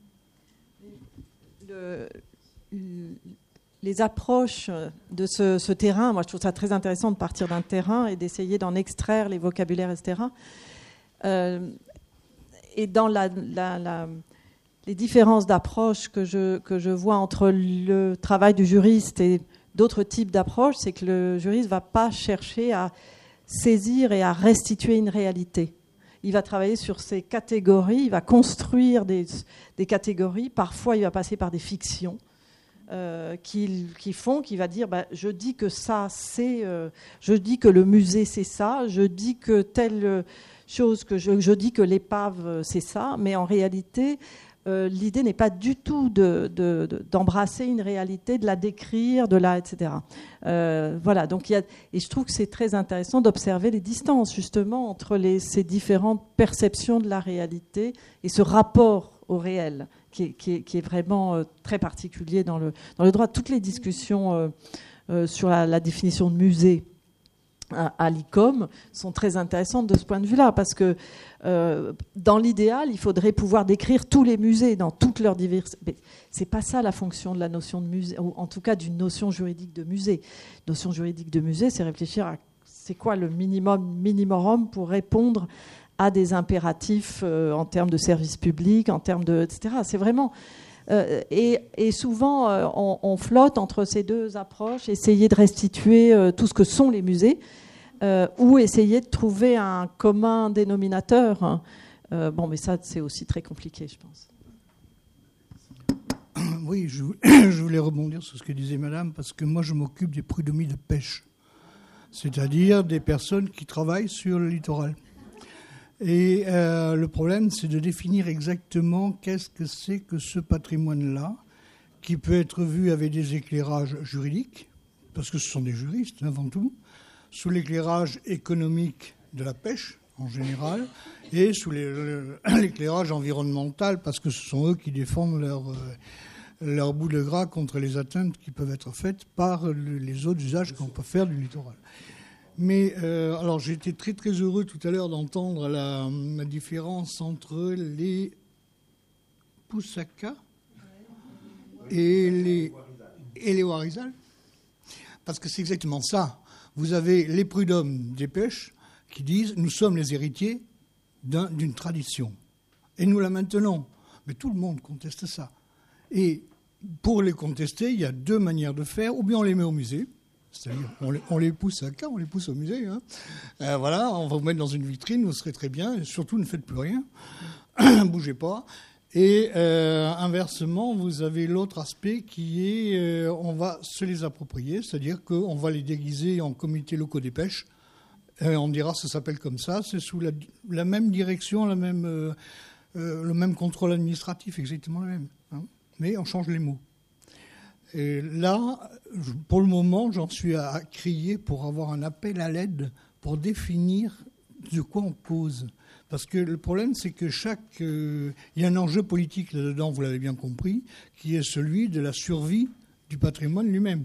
Les approches de ce terrain, moi je trouve ça très intéressant de partir d'un terrain et d'essayer d'en extraire les vocabulaires, etc. Et dans les différences d'approche que je vois entre le travail du juriste et d'autres types d'approches, c'est que le juriste ne va pas chercher à saisir et à restituer une réalité. Il va travailler sur ces catégories, il va construire des catégories. Parfois, il va passer par des fictions qui va dire je dis que ça, c'est. Je dis que le musée, c'est ça. Je dis que telle chose, je dis que l'épave, c'est ça. Mais en réalité, l'idée n'est pas du tout d'embrasser une réalité, de la décrire, etc. Voilà. Donc, et je trouve que c'est très intéressant d'observer les distances justement entre ces différentes perceptions de la réalité et ce rapport au réel qui est vraiment très particulier dans le droit. Toutes les discussions sur la définition de musée à l'ICOM sont très intéressantes de ce point de vue-là, parce que dans l'idéal, il faudrait pouvoir décrire tous les musées dans toute leur diversité. Mais c'est pas ça la fonction de la notion de musée, ou en tout cas d'une notion juridique de musée. Notion juridique de musée, c'est réfléchir à c'est quoi le minimum pour répondre à des impératifs en termes de service public, en termes de etc. C'est vraiment et souvent on flotte entre ces deux approches, essayer de restituer tout ce que sont les musées, ou essayer de trouver un commun dénominateur. Mais ça c'est aussi très compliqué, je pense. Oui, je voulais rebondir sur ce que disait Madame, parce que moi je m'occupe des prud'hommes de pêche, c'est-à-dire des personnes qui travaillent sur le littoral. Et le problème, c'est de définir exactement qu'est-ce que c'est que ce patrimoine-là, qui peut être vu avec des éclairages juridiques, parce que ce sont des juristes avant tout, sous l'éclairage économique de la pêche en général, et sous l'éclairage environnemental, parce que ce sont eux qui défendent leur bout de gras contre les atteintes qui peuvent être faites par les autres usages qu'on peut faire du littoral. Mais alors j'ai été très très heureux tout à l'heure d'entendre la différence entre les poussaka et les warisal, parce que c'est exactement ça. Vous avez les prud'hommes des pêches qui disent nous sommes les héritiers d'une tradition et nous la maintenons. Mais tout le monde conteste ça. Et pour les contester, il y a deux manières de faire. Ou bien on les met au musée, c'est-à-dire on les pousse à cas, on les pousse au musée. Voilà, on va vous mettre dans une vitrine, vous serez très bien. Et surtout, ne faites plus rien, bougez pas. Et inversement, vous avez l'autre aspect qui est on va se les approprier, c'est-à-dire qu'on va les déguiser en comités locaux des pêches. On dira ça s'appelle comme ça, c'est sous la même direction, le même contrôle administratif, exactement le même. Mais on change les mots. Et là, pour le moment, j'en suis à crier pour avoir un appel à l'aide pour définir de quoi on cause. Parce que le problème, c'est que il y a un enjeu politique là-dedans, vous l'avez bien compris, qui est celui de la survie du patrimoine lui-même.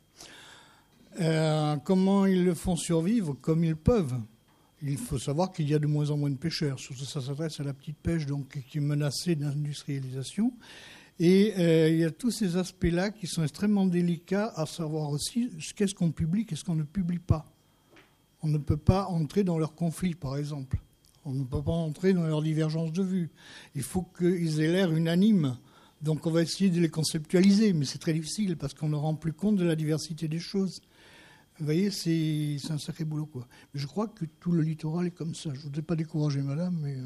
Comment ils le font survivre? Comme ils peuvent. Il faut savoir qu'il y a de moins en moins de pêcheurs. Surtout ça s'adresse à la petite pêche, donc, qui est menacée d'industrialisation. Et il y a tous ces aspects-là qui sont extrêmement délicats, à savoir aussi qu'est-ce qu'on publie, qu'est-ce qu'on ne publie pas. On ne peut pas entrer dans leurs conflits, par exemple. On ne peut pas entrer dans leurs divergences de vues. Il faut qu'ils aient l'air unanimes. Donc on va essayer de les conceptualiser, mais c'est très difficile parce qu'on ne rend plus compte de la diversité des choses. Vous voyez, c'est un sacré boulot, quoi. Mais je crois que tout le littoral est comme ça. Je ne voudrais pas décourager madame, mais...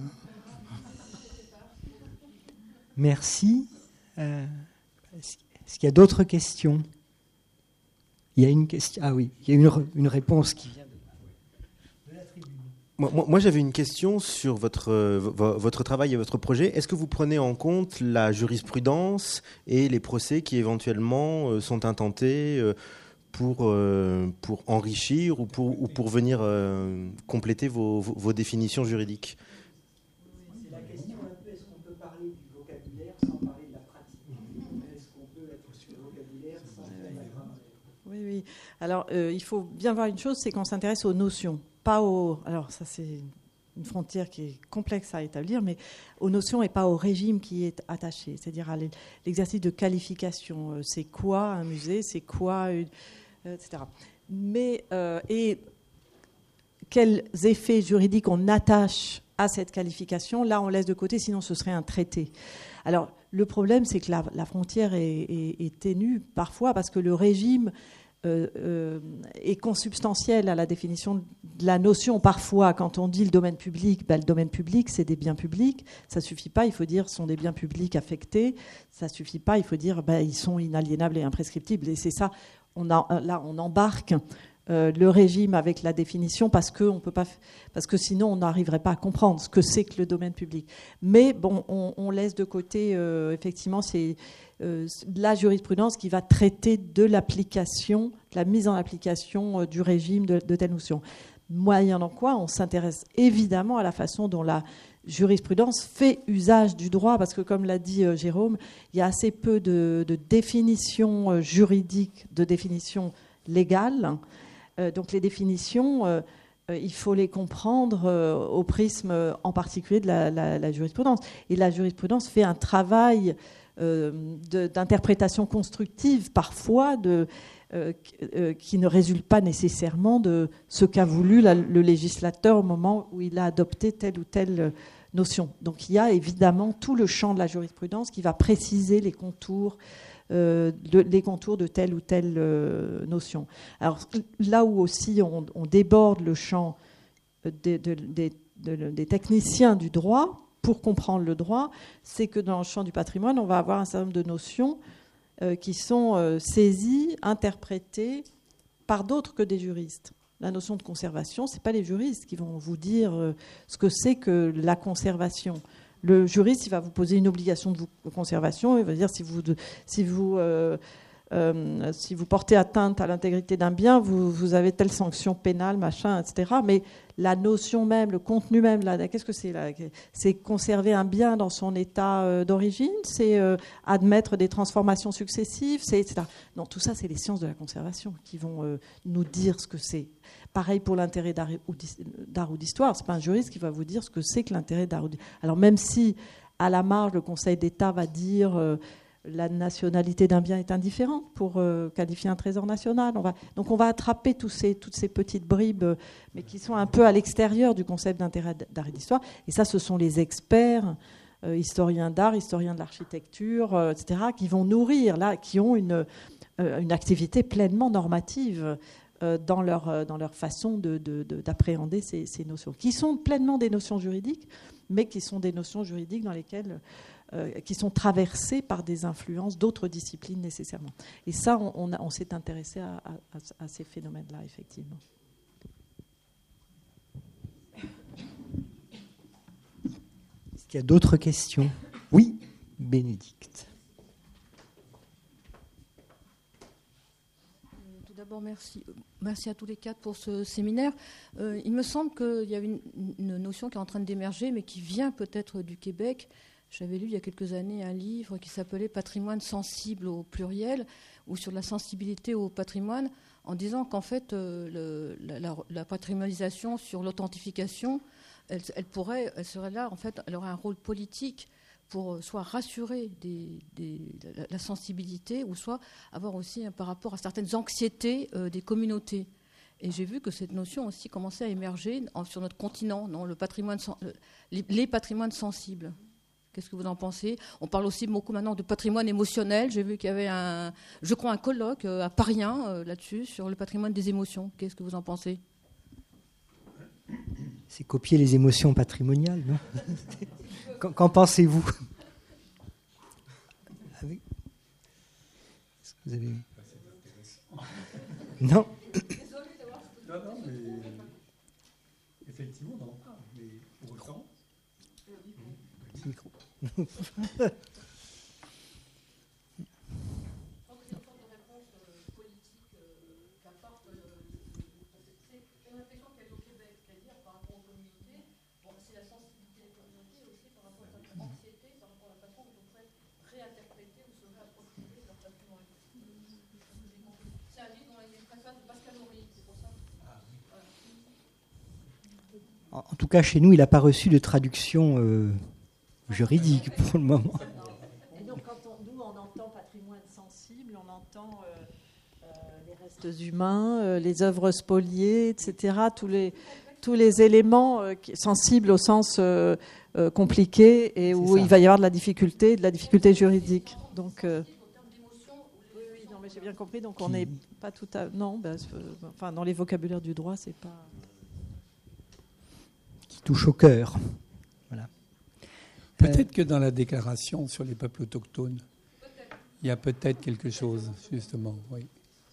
Merci. Est-ce qu'il y a d'autres questions? Il y a une question. Ah oui, il y a une réponse qui vient de la tribune. Moi, j'avais une question sur votre travail et votre projet. Est-ce que vous prenez en compte la jurisprudence et les procès qui éventuellement sont intentés pour enrichir ou pour venir compléter vos définitions juridiques? C'est la question un peu, est-ce qu'on peut parler du vocabulaire sans parler de la pratique? Est-ce qu'on peut être sur le vocabulaire sans faire de la grammaire? Oui. Alors, il faut bien voir une chose, c'est qu'on s'intéresse aux notions, pas aux... Alors, ça, c'est une frontière qui est complexe à établir, mais aux notions et pas au régime qui est attaché, c'est-à-dire à l'exercice de qualification. C'est quoi un musée? C'est quoi etc. Mais, et quels effets juridiques on attache à cette qualification? Là, on laisse de côté, sinon ce serait un traité. Alors, Le problème, c'est que la frontière est ténue parfois parce que le régime est consubstantiel à la définition de la notion. Parfois, quand on dit le domaine public, le domaine public, c'est des biens publics. Ça ne suffit pas, il faut dire ce sont des biens publics affectés. Ça ne suffit pas, il faut dire ils sont inaliénables et imprescriptibles. Et c'est ça, là, on embarque le régime avec la définition parce que sinon on n'arriverait pas à comprendre ce que c'est que le domaine public. Mais bon, on laisse de côté effectivement la jurisprudence qui va traiter de l'application, de la mise en application du régime de telle notion. Moyennant quoi, on s'intéresse évidemment à la façon dont la jurisprudence fait usage du droit, parce que comme l'a dit Jérôme, il y a assez peu de définitions juridiques, de définitions légales. Donc les définitions, il faut les comprendre au prisme en particulier de la jurisprudence. Et la jurisprudence fait un travail d'interprétation constructive parfois qui ne résulte pas nécessairement de ce qu'a voulu le législateur au moment où il a adopté telle ou telle notion. Donc il y a évidemment tout le champ de la jurisprudence qui va préciser les contours de telle ou telle notion. Alors là où aussi on déborde le champ des techniciens du droit pour comprendre le droit, c'est que dans le champ du patrimoine, on va avoir un certain nombre de notions qui sont saisies, interprétées par d'autres que des juristes. La notion de conservation, ce n'est pas les juristes qui vont vous dire ce que c'est que la conservation. Le juriste, il va vous poser une obligation de conservation. Il va dire si vous portez atteinte à l'intégrité d'un bien, vous avez telle sanction pénale, machin, etc. Mais la notion même, le contenu même, là, qu'est-ce que c'est là ? C'est conserver un bien dans son état d'origine, c'est admettre des transformations successives, c'est etc. Non, tout ça, c'est les sciences de la conservation qui vont nous dire ce que c'est. Pareil pour l'intérêt d'art ou d'histoire. C'est pas un juriste qui va vous dire ce que c'est que l'intérêt d'art ou d'histoire. Alors même si, à la marge, le Conseil d'État va dire la nationalité d'un bien est indifférente pour qualifier un trésor national. Donc on va attraper toutes ces petites bribes, mais qui sont un peu à l'extérieur du concept d'intérêt d'art et d'histoire. Et ça, ce sont les experts, historiens d'art, historiens de l'architecture, etc., qui vont nourrir, là, qui ont une activité pleinement normative dans leur façon d'appréhender ces notions, qui sont pleinement des notions juridiques, mais qui sont des notions juridiques dans lesquelles qui sont traversées par des influences d'autres disciplines nécessairement. Et ça, on s'est intéressé à ces phénomènes-là, effectivement. Est-ce qu'il y a d'autres questions ? Oui, Bénédicte. Tout d'abord, merci à tous les quatre pour ce séminaire. Il me semble qu'il y a une notion qui est en train d'émerger, mais qui vient peut-être du Québec. J'avais lu il y a quelques années un livre qui s'appelait « Patrimoine sensible » au pluriel, ou sur la sensibilité au patrimoine, en disant qu'en fait, la patrimonialisation sur l'authentification, elle serait là, en fait, elle aurait un rôle politique pour soit rassurer la sensibilité, ou soit avoir aussi par rapport à certaines anxiétés des communautés. Et j'ai vu que cette notion aussi commençait à émerger sur notre continent, non, les patrimoines sensibles. Qu'est-ce que vous en pensez ? On parle aussi beaucoup maintenant de patrimoine émotionnel. J'ai vu qu'il y avait un colloque à Paris là-dessus, sur le patrimoine des émotions. Qu'est-ce que vous en pensez ? C'est copier les émotions patrimoniales, non ? Qu'en pensez-vous ? Est-ce que vous avez... Non ? Non, mais effectivement, non. Mais pour autant... Micro. En tout cas, chez nous, il n'a pas reçu de traduction juridique pour le moment. Et donc, quand nous, on entend patrimoine sensible, on entend les restes humains, les œuvres spoliées, etc. tous les éléments sensibles au sens compliqué et où il va y avoir de la difficulté juridique. Donc, oui, non, mais j'ai bien compris. Donc, on n'est pas tout à... Non, enfin, dans les vocabulaires du droit, c'est pas... Qui touche au cœur. Voilà. Peut-être que dans la déclaration sur les peuples autochtones, il y a peut-être quelque chose, justement. Oui.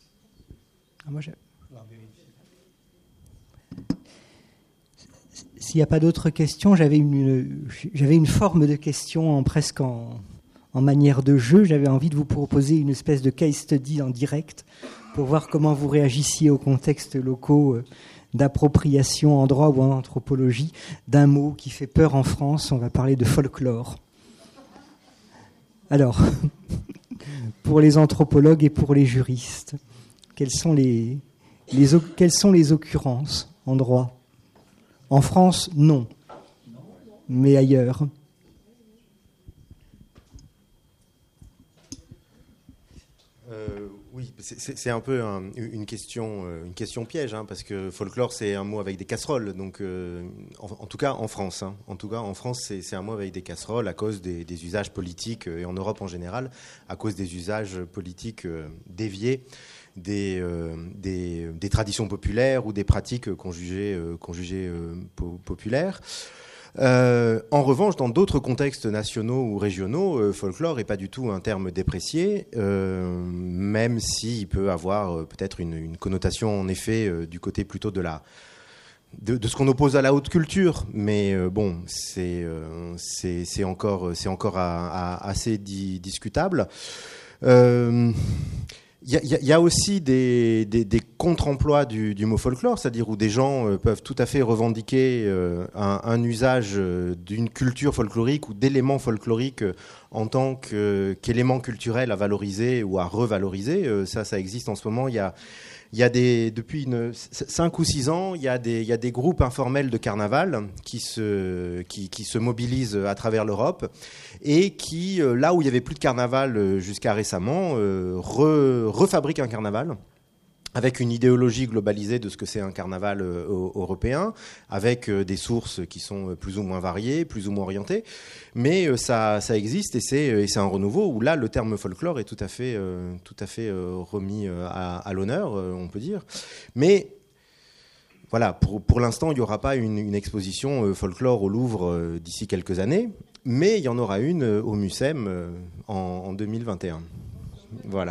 S'il n'y a pas d'autres questions, j'avais une forme de question presque en manière de jeu. J'avais envie de vous proposer une espèce de case study en direct pour voir comment vous réagissiez aux contextes locaux d'appropriation en droit ou en anthropologie d'un mot qui fait peur en France. On va parler de folklore. Alors, pour les anthropologues et pour les juristes, quelles sont les occurrences en droit ? En France, non. Mais ailleurs. Oui, c'est un peu une question piège, hein, parce que folklore, c'est un mot avec des casseroles. Donc, en tout cas, en France, c'est un mot avec des casseroles à cause des usages politiques, et en Europe en général, à cause des usages politiques déviés des traditions populaires ou des pratiques qu'on jugeait populaires. En revanche, dans d'autres contextes nationaux ou régionaux, folklore n'est pas du tout un terme déprécié, même s'il peut avoir peut-être une connotation, en effet, du côté plutôt de ce qu'on oppose à la haute culture. Mais bon, c'est encore assez discutable. Il y a aussi des contre-emplois du mot folklore, c'est-à-dire où des gens peuvent tout à fait revendiquer un usage d'une culture folklorique ou d'éléments folkloriques en tant qu'éléments culturels à valoriser ou à revaloriser. Ça existe en ce moment. Depuis 5 ou 6 ans, il y a des groupes informels de carnaval qui se mobilisent à travers l'Europe et qui, là où il n'y avait plus de carnaval jusqu'à récemment, refabriquent un carnaval avec une idéologie globalisée de ce que c'est un carnaval européen, avec des sources qui sont plus ou moins variées, plus ou moins orientées. Mais ça existe et c'est un renouveau où là, le terme folklore est tout à fait remis à l'honneur, on peut dire. Mais voilà, pour l'instant, il n'y aura pas une exposition folklore au Louvre d'ici quelques années, mais il y en aura une au MUSEM en 2021. Voilà.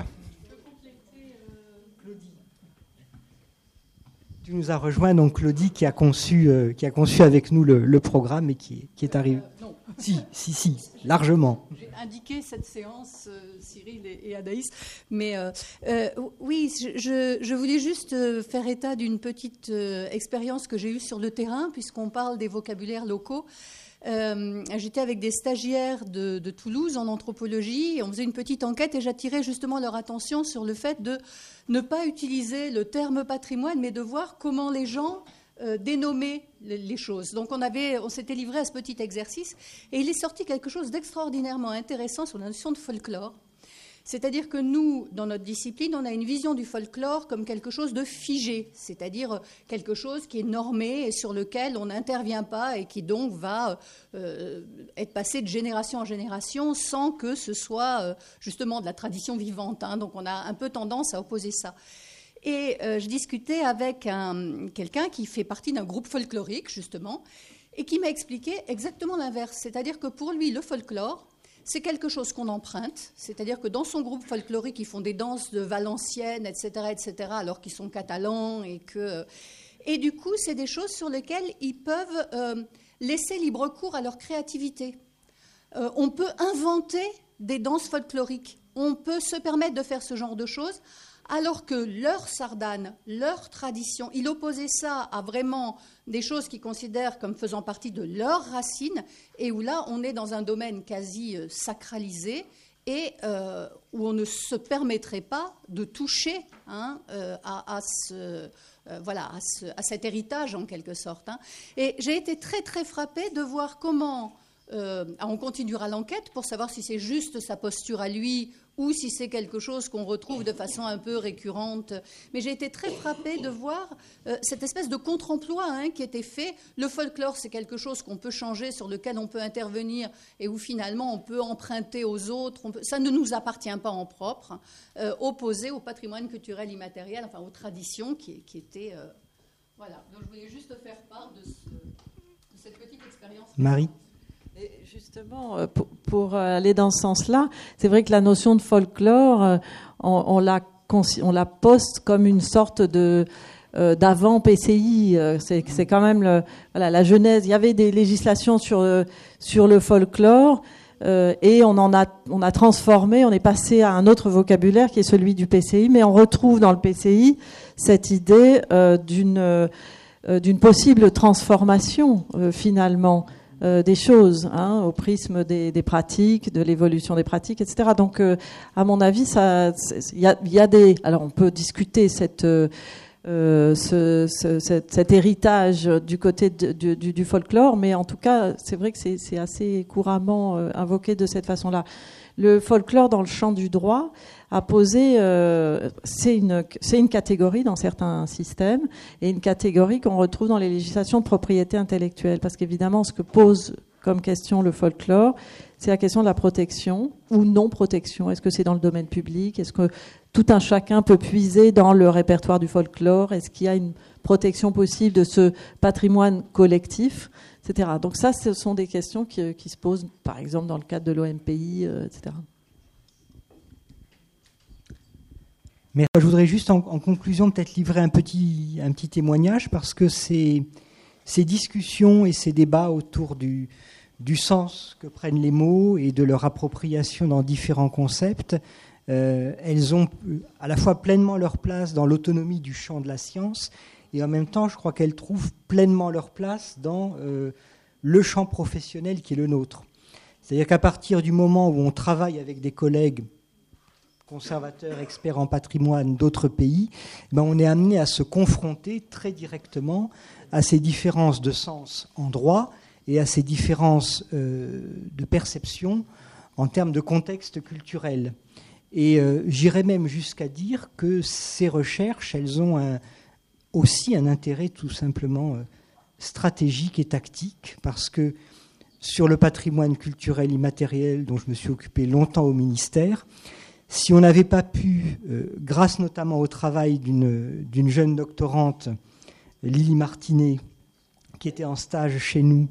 Tu nous as rejoint, donc Claudie, qui a conçu avec nous le programme et qui est arrivée. Non. Si, largement. J'ai indiqué cette séance, Cyril et Anaïs. Mais oui, je voulais juste faire état d'une petite expérience que j'ai eue sur le terrain, puisqu'on parle des vocabulaires locaux. J'étais avec des stagiaires de Toulouse en anthropologie et on faisait une petite enquête et j'attirais justement leur attention sur le fait de ne pas utiliser le terme patrimoine mais de voir comment les gens dénommaient les choses. Donc on s'était livré à ce petit exercice et il est sorti quelque chose d'extraordinairement intéressant sur la notion de folklore. C'est-à-dire que nous, dans notre discipline, on a une vision du folklore comme quelque chose de figé, c'est-à-dire quelque chose qui est normé et sur lequel on n'intervient pas et qui donc va être passé de génération en génération sans que ce soit justement de la tradition vivante. Hein. Donc on a un peu tendance à opposer ça. Et je discutais avec quelqu'un qui fait partie d'un groupe folklorique, justement, et qui m'a expliqué exactement l'inverse. C'est-à-dire que pour lui, le folklore, c'est quelque chose qu'on emprunte, c'est-à-dire que dans son groupe folklorique, ils font des danses de Valenciennes, etc., alors qu'ils sont catalans et du coup, c'est des choses sur lesquelles ils peuvent laisser libre cours à leur créativité. On peut inventer des danses folkloriques, on peut se permettre de faire ce genre de choses, alors que leur sardane, leur tradition, il opposait ça à vraiment des choses qu'ils considèrent comme faisant partie de leurs racines, et où là, on est dans un domaine quasi sacralisé, et où on ne se permettrait pas de toucher à cet héritage, en quelque sorte. Hein. Et j'ai été très, très frappée de voir comment On continuera l'enquête pour savoir si c'est juste sa posture à lui ou si c'est quelque chose qu'on retrouve de façon un peu récurrente. Mais j'ai été très frappée de voir cette espèce de contre-emploi qui était fait. Le folklore, c'est quelque chose qu'on peut changer, sur lequel on peut intervenir et où finalement on peut emprunter aux autres. Ça ne nous appartient pas en propre, opposé au patrimoine culturel immatériel, enfin aux traditions qui étaient... Voilà, donc je voulais juste faire part de cette petite expérience. Marie ? Et justement, pour aller dans ce sens-là, c'est vrai que la notion de folklore, on la poste comme une sorte d'avant PCI. C'est quand même la genèse. Il y avait des législations sur le folklore et on a transformé. On est passé à un autre vocabulaire qui est celui du PCI, mais on retrouve dans le PCI cette idée d'une possible transformation finalement. Des choses, au prisme des pratiques, de l'évolution des pratiques, etc. Donc, à mon avis, il y a des. Alors, on peut discuter cet héritage du côté du folklore, mais en tout cas, c'est vrai que c'est assez couramment invoqué de cette façon-là. Le folklore dans le champ du droit a posé, c'est une catégorie dans certains systèmes et une catégorie qu'on retrouve dans les législations de propriété intellectuelle. Parce qu'évidemment, ce que pose comme question le folklore, c'est la question de la protection ou non-protection. Est-ce que c'est dans le domaine public ? Est-ce que tout un chacun peut puiser dans le répertoire du folklore ? Est-ce qu'il y a une protection possible de ce patrimoine collectif, etc. Donc ça, ce sont des questions qui se posent, par exemple, dans le cadre de l'OMPI, etc. Mais je voudrais juste, en conclusion, peut-être livrer un petit témoignage, parce que ces discussions et ces débats autour du sens que prennent les mots et de leur appropriation dans différents concepts, elles ont à la fois pleinement leur place dans l'autonomie du champ de la science, et en même temps, je crois qu'elles trouvent pleinement leur place dans le champ professionnel qui est le nôtre. C'est-à-dire qu'à partir du moment où on travaille avec des collègues conservateurs, experts en patrimoine d'autres pays, on est amené à se confronter très directement à ces différences de sens en droit et à ces différences de perception en termes de contexte culturel. Et j'irais même jusqu'à dire que ces recherches, elles ont aussi un intérêt tout simplement stratégique et tactique, parce que sur le patrimoine culturel immatériel dont je me suis occupé longtemps au ministère, si on n'avait pas pu, grâce notamment au travail d'une jeune doctorante, Lily Martinet, qui était en stage chez nous,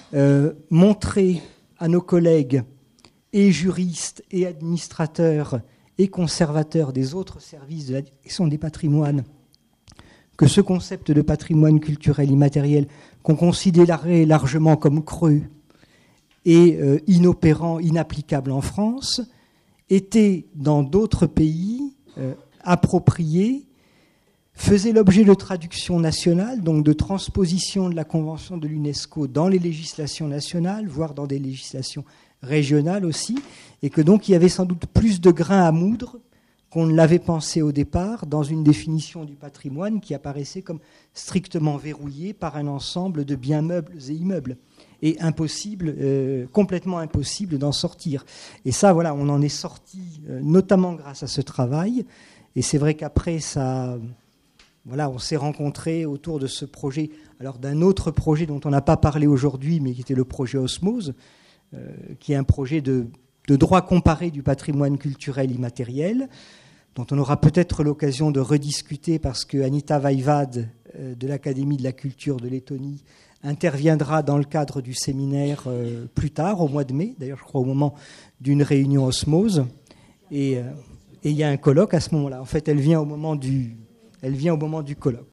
montrer à nos collègues et juristes et administrateurs et conservateurs des autres services de la direction des patrimoines que ce concept de patrimoine culturel immatériel, qu'on considérait largement comme creux et inopérant, inapplicable en France, était dans d'autres pays approprié, faisait l'objet de traduction nationale, donc de transposition de la Convention de l'UNESCO dans les législations nationales, voire dans des législations régionales aussi, et que donc il y avait sans doute plus de grains à moudre qu'on ne l'avait pensé au départ dans une définition du patrimoine qui apparaissait comme strictement verrouillée par un ensemble de biens meubles et immeubles. Et impossible, complètement impossible d'en sortir. Et ça, voilà, on en est sorti, notamment grâce à ce travail. Et c'est vrai qu'après, on s'est rencontrés autour de ce projet, alors d'un autre projet dont on n'a pas parlé aujourd'hui, mais qui était le projet Osmose, qui est un projet de droit comparé du patrimoine culturel immatériel, dont on aura peut-être l'occasion de rediscuter parce que Anita Vaïvad de l'Académie de la culture de Lettonie interviendra dans le cadre du séminaire plus tard, au mois de mai, d'ailleurs je crois au moment d'une réunion Osmose, et il y a un colloque à ce moment-là. En fait, elle vient au moment du colloque.